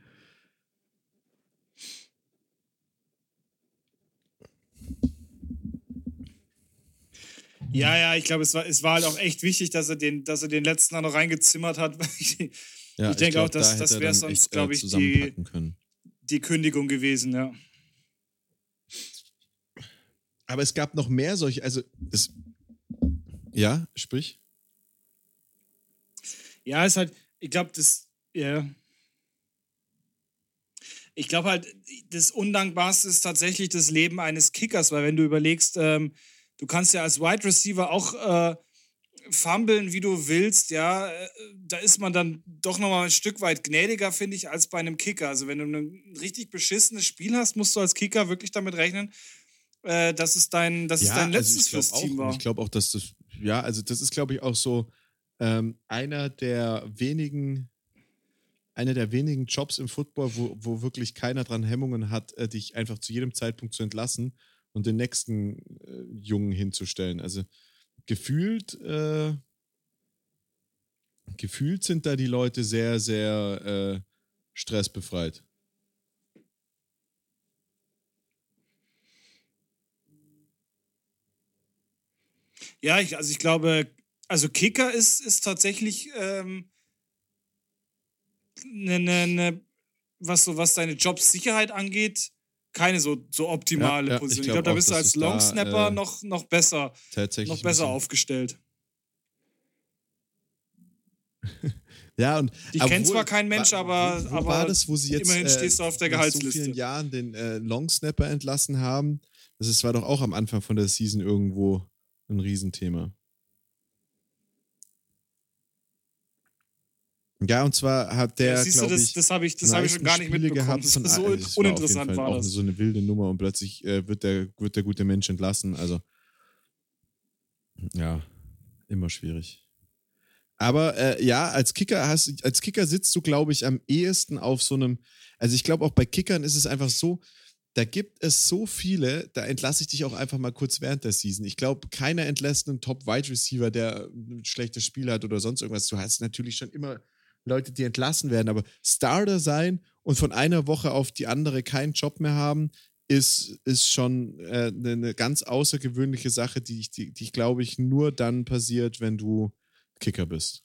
Ja, ja, ich glaube, es war, es war halt auch echt wichtig, dass er den, dass er den letzten dann noch reingezimmert hat. ich Ja, ich denke glaub, auch, dass da das hätte er wäre dann sonst, echt, äh, glaube ich, die, zusammenpacken können. die Kündigung gewesen, ja. Aber es gab noch mehr solche, also es, ja, sprich. Ja, ist halt, ich glaube, das, ja. Ich glaube halt, das Undankbarste ist tatsächlich das Leben eines Kickers, weil wenn du überlegst, ähm, du kannst ja als Wide Receiver auch äh, fummeln, wie du willst, ja, äh, da ist man dann doch nochmal ein Stück weit gnädiger, finde ich, als bei einem Kicker. Also wenn du ein richtig beschissenes Spiel hast, musst du als Kicker wirklich damit rechnen, äh, dass es dein, dass es dein letztes glaub fürs auch, Team war. Ich glaube auch, dass das, ja, also das ist, glaube ich, auch so ähm, einer der wenigen, einer der wenigen Jobs im Football, wo, wo wirklich keiner dran Hemmungen hat, äh, dich einfach zu jedem Zeitpunkt zu entlassen und den nächsten äh, Jungen hinzustellen. Also gefühlt, äh, gefühlt sind da die Leute sehr, sehr äh, stressbefreit. Ja, ich, also ich glaube, also Kicker ist, ist tatsächlich ähm, ne, ne, ne, was so was deine Jobsicherheit angeht, keine so, so optimale Ja, ja, Position. ich Ich glaub glaube, da auch, bist du dass als es da, Longsnapper äh, noch, noch besser, Tatsächlich noch ein besser bisschen- aufgestellt. Ja, und Dich aber kennt wo- zwar kein Mensch, wa- aber, wo, wo aber war das, wo sie jetzt immerhin äh, stehst du auf der nach Gehaltsliste. so vielen Jahren den äh, Longsnapper entlassen haben? Das ist, war doch auch am Anfang von der Season irgendwo ein Riesenthema. Ja, und zwar hat der, ja, siehst du, glaube das, ich, das habe ich, das hab ich schon gar nicht Spiele mitbekommen. gehabt Das von, ist so also das uninteressant war, auf jeden Fall war auch das. so eine wilde Nummer und plötzlich äh, wird, der, wird der gute Mensch entlassen. Also, ja, immer schwierig. Aber äh, ja, als Kicker hast, als Kicker sitzt du, glaube ich, am ehesten auf so einem, also ich glaube auch bei Kickern ist es einfach so, da gibt es so viele, da entlasse ich dich auch einfach mal kurz während der Season. Ich glaube, keiner entlässt einen Top-Wide-Receiver, der ein schlechtes Spiel hat oder sonst irgendwas. Du hast natürlich schon immer Leute, die entlassen werden, aber Starter sein und von einer Woche auf die andere keinen Job mehr haben, ist, ist schon äh, eine, eine ganz außergewöhnliche Sache, die ich, die, die, glaube ich, nur dann passiert, wenn du Kicker bist.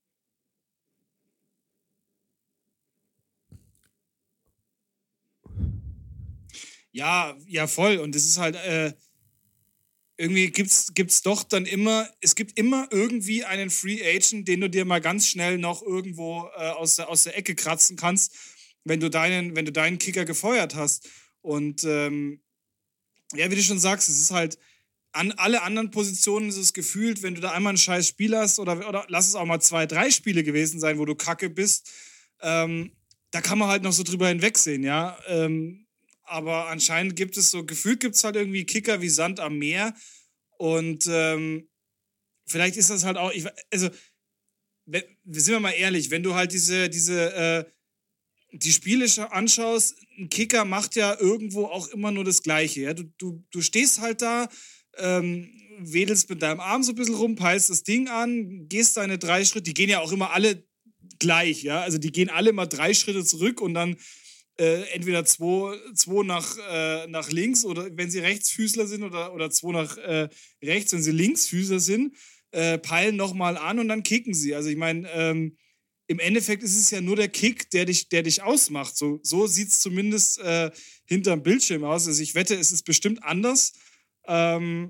Ja, ja, voll. Und es ist halt, äh, irgendwie gibt's, gibt's doch dann immer, es gibt immer irgendwie einen Free Agent, den du dir mal ganz schnell noch irgendwo äh, aus, der, aus der Ecke kratzen kannst, wenn du deinen, wenn du deinen Kicker gefeuert hast. Und ähm, ja, wie du schon sagst, es ist halt, an alle anderen Positionen ist es gefühlt, wenn du da einmal ein scheiß Spiel hast oder, oder lass es auch mal zwei, drei Spiele gewesen sein, wo du kacke bist, ähm, da kann man halt noch so drüber hinwegsehen, ja. Ähm, aber anscheinend gibt es so, gefühlt gibt es halt irgendwie Kicker wie Sand am Meer und ähm, vielleicht ist das halt auch, ich, also, wenn, sind wir mal ehrlich, wenn du halt diese, diese, äh, die Spiele anschaust, ein Kicker macht ja irgendwo auch immer nur das Gleiche. Ja? Du, du, du stehst halt da, ähm, wedelst mit deinem Arm so ein bisschen rum, peilst das Ding an, gehst deine drei Schritte, die gehen ja auch immer alle gleich, ja, also die gehen alle mal drei Schritte zurück und dann äh, entweder zwei, zwei nach, äh, nach links oder wenn sie Rechtsfüßler sind oder, oder zwei nach äh, rechts, wenn sie Linksfüßler sind, äh, peilen nochmal an und dann kicken sie. Also ich meine, ähm, im Endeffekt ist es ja nur der Kick, der dich, der dich ausmacht. So, so sieht es zumindest äh, hinterm Bildschirm aus. Also ich wette, es ist bestimmt anders. Ähm,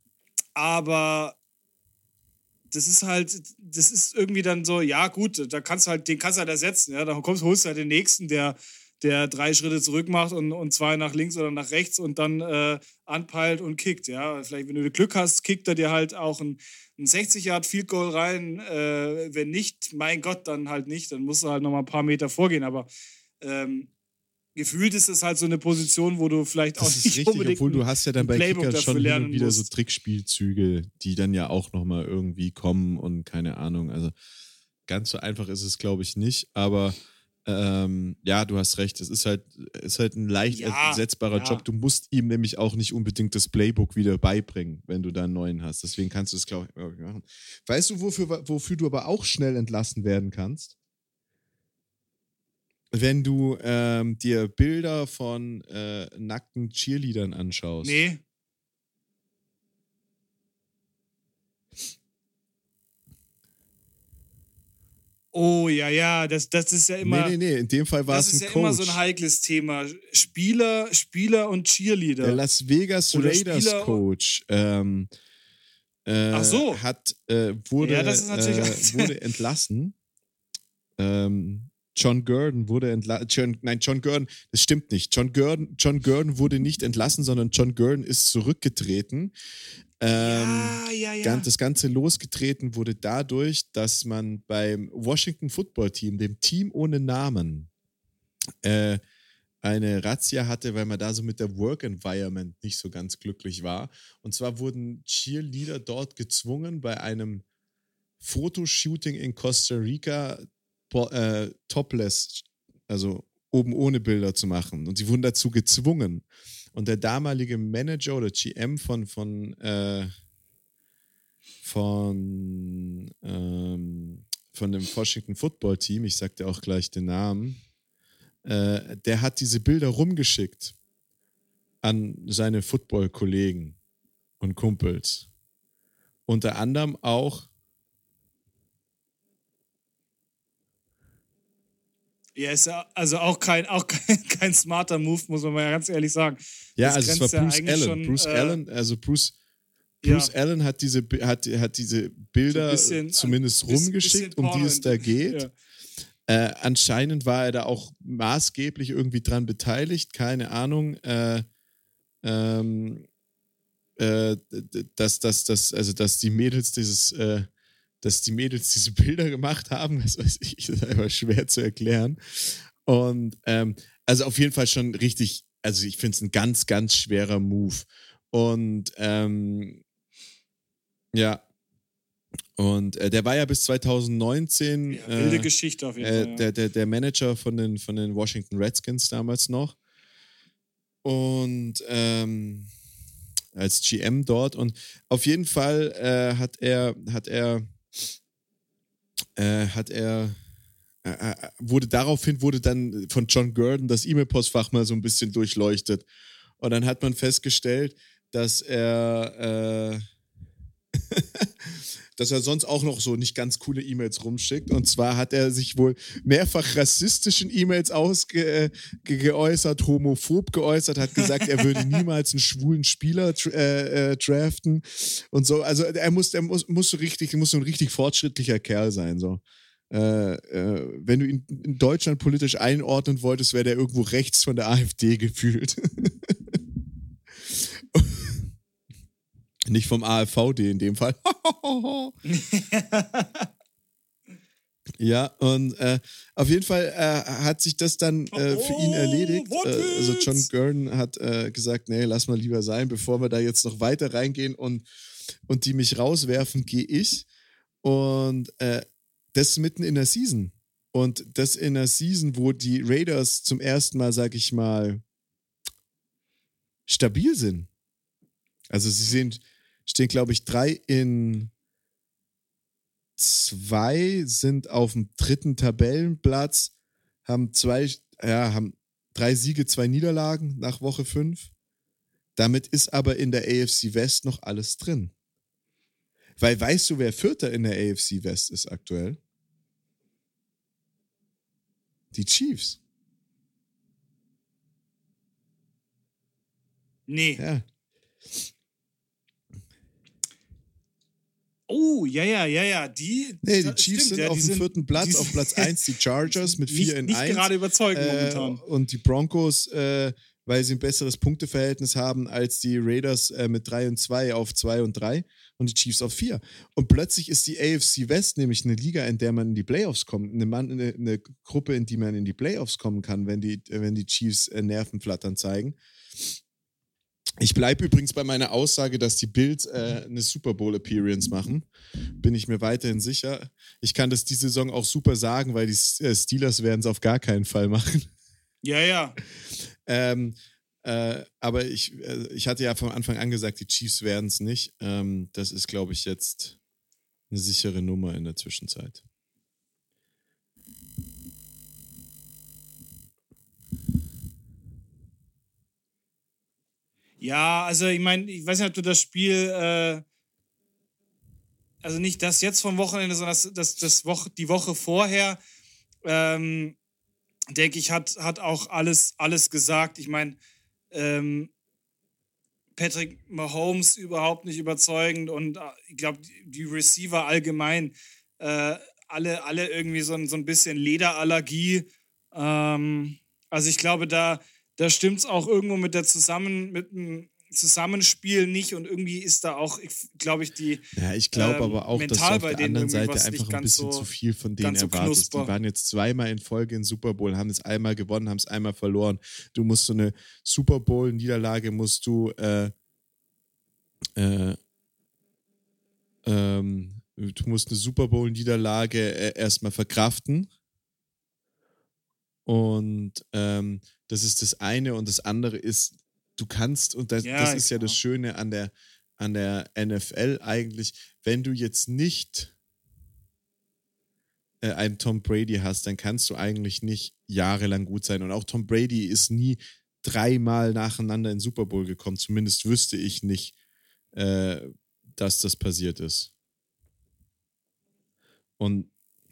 aber das ist halt, das ist irgendwie dann so, ja gut, da kannst du halt, den kannst du halt ersetzen. Ja? Dann kommst, holst du halt den nächsten, der, der drei Schritte zurück macht und, und zwei nach links oder nach rechts und dann äh, anpeilt und kickt. Ja? Vielleicht, wenn du Glück hast, kickt er dir halt auch ein, ein sechzig-Yard-Field-Goal rein. Äh, wenn nicht, mein Gott, dann halt nicht. Dann musst du halt noch mal ein paar Meter vorgehen. Aber ähm, gefühlt ist es halt so eine Position, wo du vielleicht das auch ist nicht richtig, unbedingt obwohl du hast ja dann bei Playbook Kicker schon dafür hin und lernen wieder musst. so Trickspielzüge, die dann ja auch nochmal irgendwie kommen und keine Ahnung. Also ganz so einfach ist es, glaube ich, nicht. Aber ähm, ja, du hast recht. Es ist halt, ist halt ein leicht Ja, ersetzbarer ja. Job. Du musst ihm nämlich auch nicht unbedingt das Playbook wieder beibringen, wenn du da einen neuen hast. Deswegen kannst du es, glaube ich, machen. Weißt du, wofür, wofür du aber auch schnell entlassen werden kannst? Wenn du ähm, dir Bilder von äh, nackten Cheerleadern anschaust. Nee. Oh ja, ja, das, das ist ja immer. Nee, nee, nee, in dem Fall war es ein Das ist ja Coach. immer so ein heikles Thema. Spieler, Spieler und Cheerleader. Der Las Vegas Oder Raiders Spieler- Coach ähm, äh, Ach so. hat, äh, wurde, Ja, das ist natürlich äh, wurde entlassen. Ähm, John Gurdon wurde entlassen. Nein, John Gurdon, das stimmt nicht. John Gurdon, John Gurdon wurde nicht entlassen, sondern John Gurdon ist zurückgetreten. Ähm, ja, ja, ja. gan- Das Ganze losgetreten wurde dadurch, dass man beim Washington Football Team, dem Team ohne Namen, äh, eine Razzia hatte, weil man da so mit der Work Environment nicht so ganz glücklich war. Und zwar wurden Cheerleader dort gezwungen, bei einem Fotoshooting in Costa Rica bo- äh, topless, also oben ohne Bilder zu machen. Und sie wurden dazu gezwungen. Und der damalige Manager oder G M von, von, äh, von, ähm, von dem Washington Football Team, ich sag dir auch gleich den Namen, äh, der hat diese Bilder rumgeschickt an seine Football-Kollegen und Kumpels. Unter anderem auch Ja, ist ja also auch kein, auch kein, kein smarter Move, muss man mal ganz ehrlich sagen. ja, Das also es war grenzt ja Bruce eigentlich Allen. schon, Bruce äh, Allen, also Bruce, Bruce ja. Allen hat diese, hat, hat diese Bilder So ein bisschen- zumindest ein bisschen- rumgeschickt, bisschen um die es da Porno- geht. Ja. Äh, anscheinend war er da auch maßgeblich irgendwie dran beteiligt, keine Ahnung. Äh, ähm, äh, dass, dass, dass, also dass die Mädels dieses, äh, dass die Mädels diese Bilder gemacht haben. Das weiß ich, das ist einfach schwer zu erklären. Und ähm, also auf jeden Fall schon richtig, also ich finde es ein ganz, ganz schwerer Move. Und ähm, ja, und äh, der war ja bis zwanzig neunzehn Ja, wilde äh, Geschichte auf jeden äh, Fall. Ja. der, der, der Manager von den, von den Washington Redskins damals noch. Und ähm, als G M dort. Und auf jeden Fall äh, hat er, hat er, äh, hat er, äh, wurde daraufhin wurde dann von John Gurdon das E-Mail-Postfach mal so ein bisschen durchleuchtet. Und dann hat man festgestellt, dass er, äh, dass er sonst auch noch so nicht ganz coole E-Mails rumschickt. Und zwar hat er sich wohl mehrfach rassistischen E-Mails ausge, ge, geäußert, homophob geäußert, hat gesagt, er würde niemals einen schwulen Spieler tra äh, äh, draften und so. Also er muss, er muss, muss so richtig, muss so ein richtig fortschrittlicher Kerl sein. So. Äh, äh, wenn du ihn in Deutschland politisch einordnen wolltest, wäre der irgendwo rechts von der AfD gefühlt. Nicht vom A F V D in dem Fall. Ja, und äh, auf jeden Fall äh, hat sich das dann äh, für ihn erledigt. Oh, äh, also John Gurdon hat äh, gesagt, nee, lass mal lieber sein, bevor wir da jetzt noch weiter reingehen und, und die mich rauswerfen, gehe ich. Und äh, das mitten in der Season. Und das in der Season, wo die Raiders zum ersten Mal, sag ich mal, stabil sind. Also sie sind, stehen, glaube ich, drei in zwei, sind auf dem dritten Tabellenplatz, haben zwei, ja, haben drei Siege, zwei Niederlagen nach Woche fünf. Damit ist aber in der A F C West noch alles drin. Weil weißt du, wer Vierter in der A F C West ist aktuell? Die Chiefs. Nee. Ja. Oh, ja, ja, ja, ja. Die, Nee, die das Chiefs stimmt, sind ja, auf die dem sind, vierten Platz, die auf Platz eins die Chargers mit vier nicht, in nicht eins. gerade überzeugend äh, momentan. Und die Broncos, äh, weil sie ein besseres Punkteverhältnis haben als die Raiders äh, mit drei und zwei auf zwei und drei und die Chiefs auf vier. Und plötzlich ist die A F C West nämlich eine Liga, in der man in die Playoffs kommt, eine, Mann, eine, eine Gruppe, in die man in die Playoffs kommen kann, wenn die, wenn die Chiefs äh, Nervenflattern zeigen. Ich bleibe übrigens bei meiner Aussage, dass die Bills äh, eine Super Bowl Appearance machen. Bin ich mir weiterhin sicher. Ich kann das die Saison auch super sagen, weil die äh, Steelers werden es auf gar keinen Fall machen. Ja, ja. ähm, äh, aber ich, äh, ich hatte ja von Anfang an gesagt, die Chiefs werden es nicht. Ähm, das ist, glaube ich, jetzt eine sichere Nummer in der Zwischenzeit. Ja, also ich meine, ich weiß nicht, ob du das Spiel, äh, also nicht das jetzt vom Wochenende, sondern das, das, das Woche, die Woche vorher, ähm, denke ich, hat, hat auch alles, alles gesagt. Ich meine, ähm, Patrick Mahomes überhaupt nicht überzeugend und äh, ich glaube, die, die Receiver allgemein, äh, alle, alle irgendwie so ein, so ein bisschen Lederallergie. Ähm, also ich glaube, da, da stimmt es auch irgendwo mit der Zusammen, mit dem Zusammenspiel nicht und irgendwie ist da auch, glaube ich, die Ja, ich glaube ähm, aber auch, dass du mental auf bei der denen anderen irgendwie Seite was einfach nicht ein ganz bisschen so, zu viel von denen ganz so erwartest. Die knusper. waren jetzt zweimal in Folge in Super Bowl, haben es einmal gewonnen, haben es einmal verloren. Du musst so eine Super Bowl-Niederlage musst du äh, äh, ähm, du musst eine Super Bowl-Niederlage äh, erstmal verkraften. Und ähm, das ist das eine. Und das andere ist, du kannst, und das, Ja, das ist ja klar. das Schöne an der, an der N F L eigentlich, wenn du jetzt nicht äh, einen Tom Brady hast, dann kannst du eigentlich nicht jahrelang gut sein. Und auch Tom Brady ist nie dreimal nacheinander in den Super Bowl gekommen. Zumindest wüsste ich nicht, äh, dass das passiert ist. Und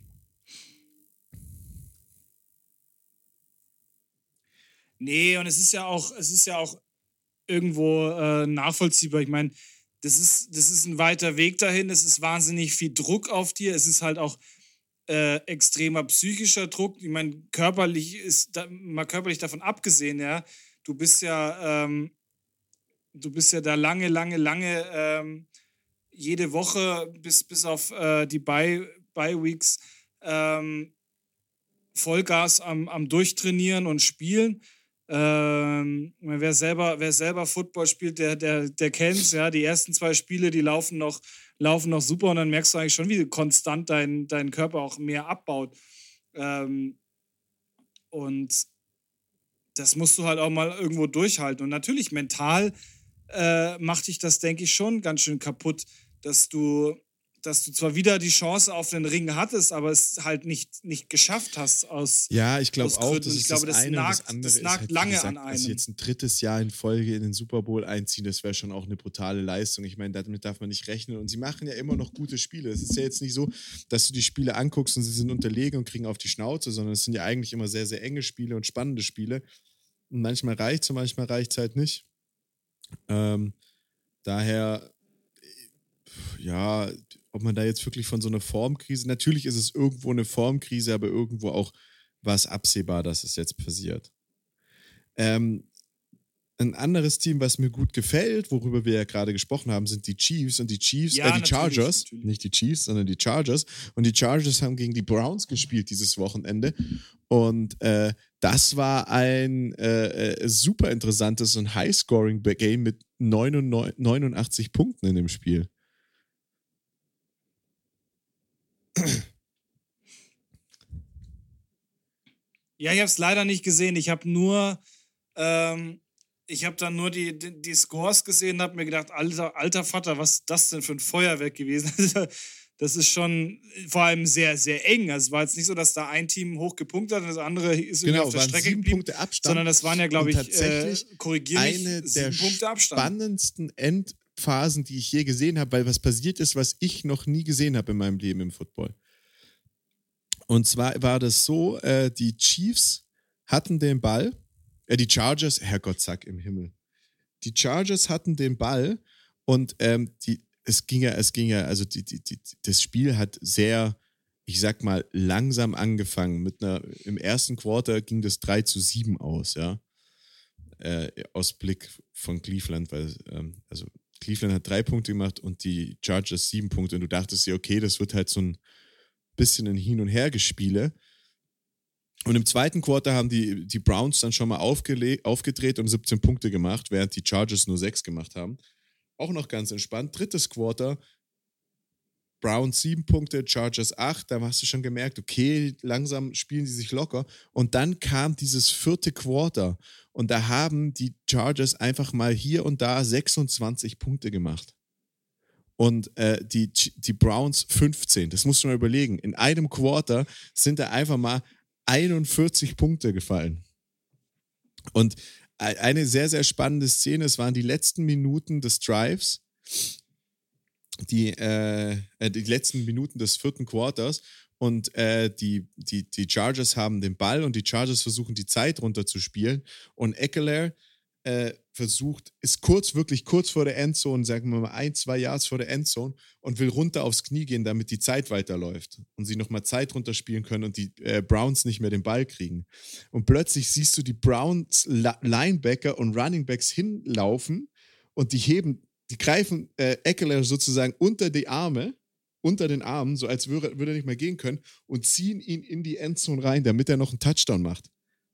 Nee, und es ist ja auch, es ist ja auch irgendwo äh, nachvollziehbar. Ich meine, das ist, das ist ein weiter Weg dahin, es ist wahnsinnig viel Druck auf dir, es ist halt auch äh, extremer psychischer Druck. Ich meine, körperlich ist da, mal körperlich davon abgesehen, ja, du bist ja, ähm, du bist ja da lange, lange, lange ähm, jede Woche bis, bis auf äh, die Bye-Weeks ähm, Vollgas am, am Durchtrainieren und Spielen. Ähm, wer selber, wer selber Football spielt, der, der, der kennt's, ja. Die ersten zwei Spiele, die laufen noch, laufen noch super und dann merkst du eigentlich schon, wie konstant dein, dein Körper auch mehr abbaut. Ähm, und das musst du halt auch mal irgendwo durchhalten. Und natürlich mental äh, macht dich das, denke ich, schon ganz schön kaputt, dass du, dass du zwar wieder die Chance auf den Ring hattest, aber es halt nicht, nicht geschafft hast aus Ja, ich glaube aus auch, Gründen. das Und ich ist glaube, das das eine und das nagt, andere das ist nagt halt, wie lange gesagt, an also einem. jetzt ein drittes Jahr in Folge in den Super Bowl einziehen, das wäre schon auch eine brutale Leistung. Ich meine, damit darf man nicht rechnen und sie machen ja immer noch gute Spiele. Es ist ja jetzt nicht so, dass du die Spiele anguckst und sie sind unterlegen und kriegen auf die Schnauze, sondern es sind ja eigentlich immer sehr, sehr enge Spiele und spannende Spiele. Und manchmal reicht es und manchmal reicht es halt nicht. Ähm, daher, ja, ob man da jetzt wirklich von so einer Formkrise, natürlich ist es irgendwo eine Formkrise, aber irgendwo auch war es absehbar, dass es jetzt passiert. Ähm, ein anderes Team, was mir gut gefällt, worüber wir ja gerade gesprochen haben, sind die Chiefs und die Chiefs, Ja, äh, die natürlich, Chargers, natürlich. nicht die Chiefs, sondern die Chargers. Und die Chargers haben gegen die Browns gespielt dieses Wochenende. Und äh, das war ein äh, äh, super interessantes und High-Scoring-Game mit neunundachtzig Punkten in dem Spiel. Ja, ich habe es leider nicht gesehen. Ich habe nur, ähm, ich habe dann nur die, die, die Scores gesehen und habe mir gedacht, alter, alter Vater, was ist das denn für ein Feuerwerk gewesen? Das ist schon vor allem sehr, sehr eng. Also es war jetzt nicht so, dass da ein Team hoch gepunktet hat und das andere ist irgendwie Genau, auf der waren Strecke sieben geblieben, Punkte Abstand. sondern das waren ja, glaube und ich, tatsächlich äh, korrigiere mich, eine der sieben Punkte Abstand. spannendsten Endphasen, die ich je gesehen habe, weil was passiert ist, was ich noch nie gesehen habe in meinem Leben im Football. Und zwar war das so, äh, die Chiefs hatten den Ball, äh, die Chargers, Herrgott, sag im Himmel. Die Chargers hatten den Ball und ähm, die, es ging ja, es ging ja, also die, die, die, das Spiel hat sehr, ich sag mal, langsam angefangen. Mit einer, im ersten Quarter ging das drei zu sieben aus, ja. Äh, aus Blick von Cleveland, weil, ähm, also Cleveland hat drei Punkte gemacht und die Chargers sieben Punkte. Und du dachtest dir, okay, das wird halt so ein bisschen ein Hin- und Hergespiele. Und im zweiten Quarter haben die, die Browns dann schon mal aufgele- aufgedreht und siebzehn Punkte gemacht, während die Chargers nur sechs gemacht haben. Auch noch ganz entspannt. Drittes Quarter, Browns sieben Punkte, Chargers acht. Da hast du schon gemerkt, okay, langsam spielen die sich locker. Und dann kam dieses vierte Quarter und da haben die Chargers einfach mal hier und da sechsundzwanzig Punkte gemacht. Und äh, die, die Browns fünfzehn. Das musst du mal überlegen. In einem Quarter sind da einfach mal einundvierzig Punkte gefallen. Und eine sehr, sehr spannende Szene, es waren die letzten Minuten des Drives, die, äh, die letzten Minuten des vierten Quarters und äh, die, die, die Chargers haben den Ball und die Chargers versuchen die Zeit runterzuspielen und Ekeler äh, versucht, ist kurz, wirklich kurz vor der Endzone, sagen wir mal ein, zwei Yards vor der Endzone und will runter aufs Knie gehen, damit die Zeit weiterläuft und sie nochmal Zeit runterspielen können und die äh, Browns nicht mehr den Ball kriegen. Und plötzlich siehst du die Browns La- Linebacker und Runningbacks hinlaufen und die heben, die greifen äh, Ekeler sozusagen unter die Arme, unter den Armen, so als würde, würde er nicht mehr gehen können und ziehen ihn in die Endzone rein, damit er noch einen Touchdown macht.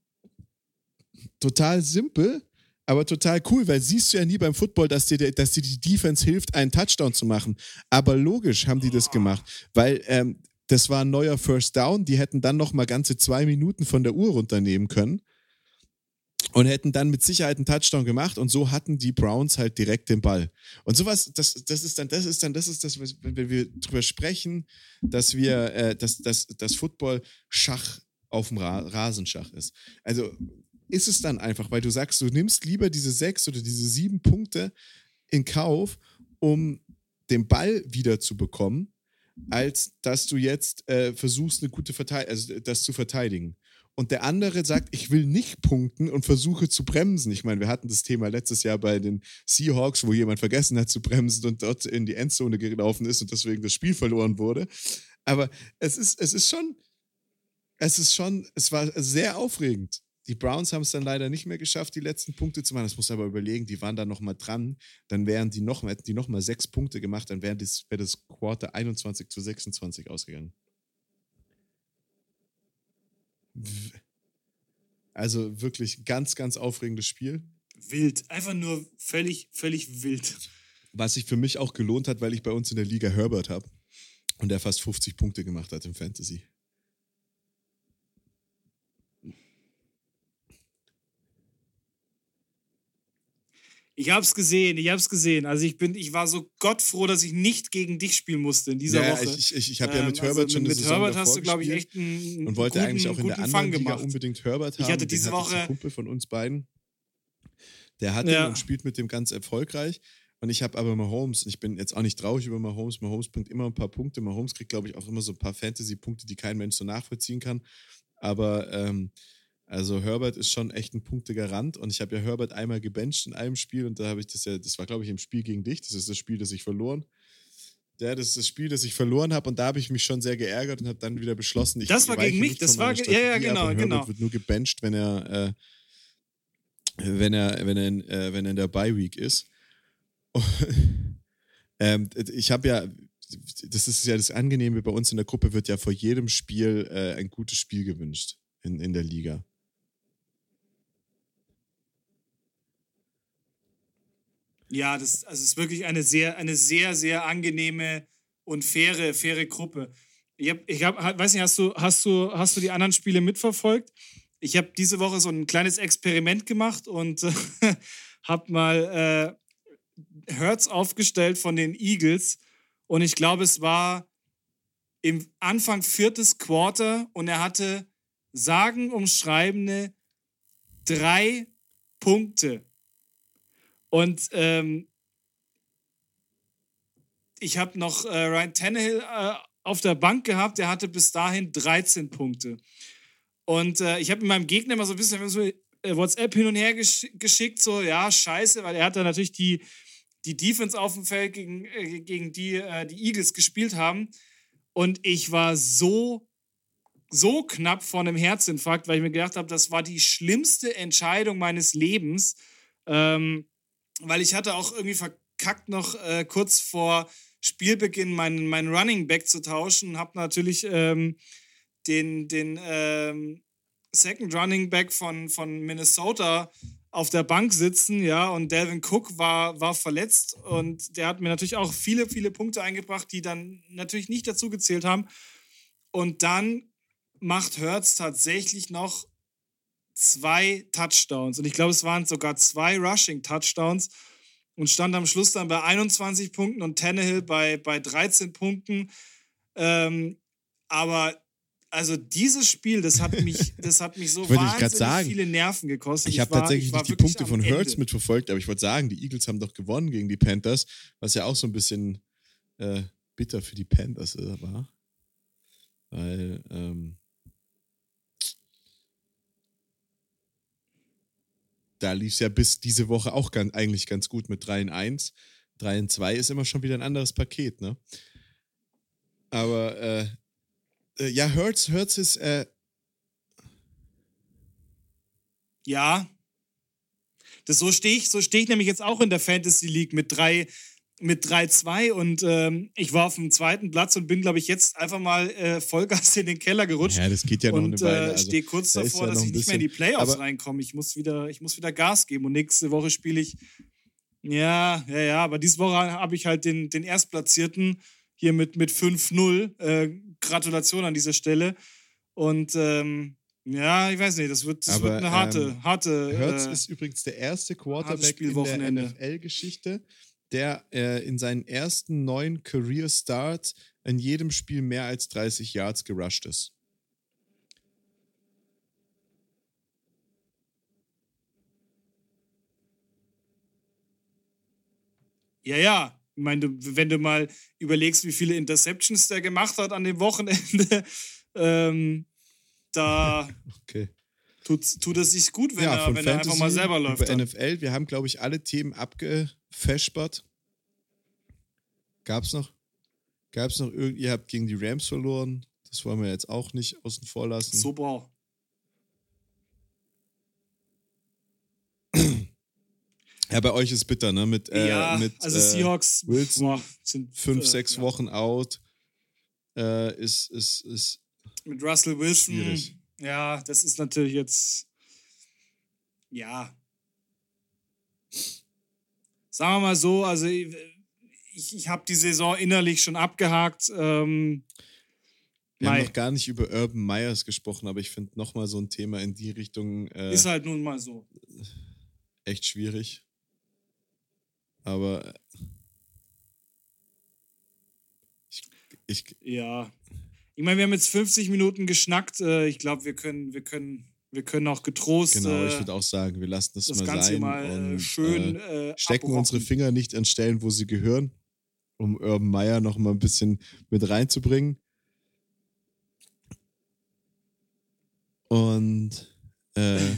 Total simpel, aber total cool, weil siehst du ja nie beim Football, dass dir, dass dir die Defense hilft, einen Touchdown zu machen. Aber logisch haben die das gemacht, weil ähm, das war ein neuer First Down. Die hätten dann noch mal ganze zwei Minuten von der Uhr runternehmen können und hätten dann mit Sicherheit einen Touchdown gemacht und so hatten die Browns halt direkt den Ball. Und sowas, das, das ist dann, das ist dann, das ist das, wenn wir drüber sprechen, dass wir, äh, dass, dass, dass Football Schach auf dem Ra- Rasenschach ist. Also ist es dann einfach, weil du sagst, du nimmst lieber diese sechs oder diese sieben Punkte in Kauf, um den Ball wieder zu bekommen, als dass du jetzt äh, versuchst, eine gute Verteidigung, also das zu verteidigen. Und der andere sagt, ich will nicht punkten und versuche zu bremsen. Ich meine, wir hatten das Thema letztes Jahr bei den Seahawks, wo jemand vergessen hat zu bremsen und dort in die Endzone gelaufen ist und deswegen das Spiel verloren wurde. Aber es ist, es ist schon, es ist schon, es war sehr aufregend, die Browns haben es dann leider nicht mehr geschafft, die letzten Punkte zu machen. Das muss aber überlegen, die waren da nochmal dran. Dann wären die noch, hätten die nochmal sechs Punkte gemacht, dann wäre das, wär das Quarter einundzwanzig zu sechsundzwanzig ausgegangen. Also wirklich ganz, ganz aufregendes Spiel. Wild. Einfach nur völlig, völlig wild. Was sich für mich auch gelohnt hat, weil ich bei uns in der Liga Herbert habe und der fast fünfzig Punkte gemacht hat im Fantasy. Ich hab's gesehen, ich hab's gesehen. Also ich bin, ich war so gottfroh, dass ich nicht gegen dich spielen musste in dieser ja, Woche. Ich, ich, ich habe ja mit ähm, Herbert also schon mit, eine mit Saison Herbert hast du, glaube ich, echt einen und wollte guten, eigentlich auch in der anderen Liga unbedingt Herbert haben. Ich hatte diese Den Woche hatte ein Kumpel von uns beiden. Der hat ja. den und spielt mit dem ganz erfolgreich. Und ich habe aber Mahomes. Ich bin jetzt auch nicht traurig über Mahomes. Mahomes bringt immer ein paar Punkte. Mahomes kriegt, glaube ich, auch immer so ein paar Fantasy-Punkte, die kein Mensch so nachvollziehen kann. Aber ähm, also Herbert ist schon echt ein Punktegarant. Und ich habe ja Herbert einmal gebencht in einem Spiel. Und da habe ich das ja, das war, glaube ich, im Spiel gegen dich. Das ist das Spiel, das ich verloren. Ja, das ist das Spiel, das ich verloren habe. Und da habe ich mich schon sehr geärgert und habe dann wieder beschlossen, ich Das war gegen mich. Das war, Strategie, ja, ja, genau, aber Herbert genau. wird nur gebencht, wenn er, äh, wenn er, wenn er, äh, wenn er in der Bye-Week ist. ähm, ich habe ja, das ist ja das Angenehme bei uns in der Gruppe, wird ja vor jedem Spiel äh, ein gutes Spiel gewünscht in, in der Liga. Ja, das also ist wirklich eine sehr, eine sehr, sehr angenehme und faire, faire Gruppe. Ich habe, ich hab, weiß nicht, hast du, hast du, hast du die anderen Spiele mitverfolgt? Ich habe diese Woche so ein kleines Experiment gemacht und äh, habe mal äh, Hurts aufgestellt von den Eagles und ich glaube, es war im Anfang viertes Quarter und er hatte sagenumschreibende drei Punkte. Und ähm, ich habe noch äh, Ryan Tannehill äh, auf der Bank gehabt, der hatte bis dahin dreizehn Punkte. Und äh, ich habe mit meinem Gegner immer so ein bisschen so, äh, WhatsApp hin und her gesch- geschickt, so, ja, scheiße, weil er hat da natürlich die, die Defense auf dem Feld, gegen, äh, gegen die äh, die Eagles gespielt haben. Und ich war so, so knapp vor einem Herzinfarkt, weil ich mir gedacht habe, das war die schlimmste Entscheidung meines Lebens. Ähm, weil ich hatte auch irgendwie verkackt, noch äh, kurz vor Spielbeginn meinen, meinen Running Back zu tauschen. Habe natürlich ähm, den, den ähm, Second Running Back von, von Minnesota auf der Bank sitzen, ja, und Dalvin Cook war, war verletzt und der hat mir natürlich auch viele, viele Punkte eingebracht, die dann natürlich nicht dazu gezählt haben. Und dann macht Hurts tatsächlich noch zwei Touchdowns. Und ich glaube, es waren sogar zwei Rushing-Touchdowns und stand am Schluss dann bei einundzwanzig Punkten und Tannehill bei, bei dreizehn Punkten. Ähm, aber also dieses Spiel, das hat mich, das hat mich so wahnsinnig sagen, viele Nerven gekostet. Ich, ich habe tatsächlich ich nicht die Punkte von Hurts mitverfolgt, aber ich wollte sagen, die Eagles haben doch gewonnen gegen die Panthers, was ja auch so ein bisschen äh, bitter für die Panthers war. Weil, ähm, da lief es ja bis diese Woche auch ganz, eigentlich ganz gut mit drei in eins. drei in zwei ist immer schon wieder ein anderes Paket, ne? Aber, äh, äh ja, Hurts, Hurts ist, äh Ja. Das, so stehe ich, so steh ich nämlich jetzt auch in der Fantasy League mit drei mit drei zwei und ähm, ich war auf dem zweiten Platz und bin, glaube ich, jetzt einfach mal äh, Vollgas in den Keller gerutscht. Ja, das geht ja noch und, eine Weile. Also, stehe kurz da davor, ja dass ich nicht mehr in die Playoffs reinkomme. Ich muss wieder, ich muss wieder Gas geben und nächste Woche spiele ich, ja, ja, ja, aber diese Woche habe ich halt den, den Erstplatzierten hier mit, mit fünf null. Äh, Gratulation an dieser Stelle. Und ähm, ja, ich weiß nicht, das wird, das aber, wird eine harte, ähm, harte. Hurts äh, ist übrigens der erste Quarterback in der N F L-Geschichte, der äh, in seinen ersten neun Career-Starts in jedem Spiel mehr als dreißig Yards gerusht ist. Ja, ja. Ich meine, du, wenn du mal überlegst, wie viele Interceptions der gemacht hat an dem Wochenende, ähm, da okay. tut, tut es sich gut, wenn, ja, er, wenn er einfach mal selber läuft. Über N F L, wir haben, glaube ich, alle Themen abgefespert. Gab's noch? Gab's noch irgendwie, ihr habt gegen die Rams verloren. Das wollen wir jetzt auch nicht außen vor lassen. Super. Ja, bei euch ist bitter, ne? Mit, äh, ja, mit also äh, Seahawks Wilson boah, sind fünf, äh, sechs ja. Wochen out. Äh, ist, ist, ist Mit Russell Wilson. schwierig. Ja, das ist natürlich jetzt. Ja. Sagen wir mal so, also ich, ich habe die Saison innerlich schon abgehakt. Ähm, Wir Mei. haben noch gar nicht über Urban Myers gesprochen, aber ich finde nochmal so ein Thema in die Richtung äh, Ist halt nun mal so. echt schwierig. Aber ich, ich, Ja. Ich meine, wir haben jetzt fünfzig Minuten geschnackt. Äh, ich glaube, wir können, wir können, wir können auch getrost genau, ich äh, würde auch sagen, wir lassen das, das mal Ganze sein mal äh, und schön äh, äh, stecken abrocken. unsere Finger nicht an Stellen, wo sie gehören, um Urban Meyer noch mal ein bisschen mit reinzubringen. Und äh,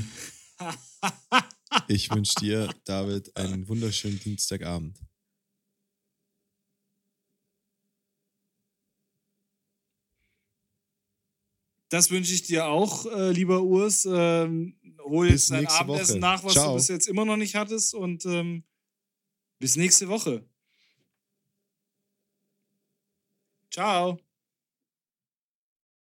ich wünsche dir, David, einen wunderschönen Dienstagabend. Das wünsche ich dir auch, äh, lieber Urs. Ähm, hol Bis jetzt dein nächste Abendessen Woche. nach, was Ciao. du bis jetzt immer noch nicht hattest. Und ähm, bis nächste Woche. Ciao.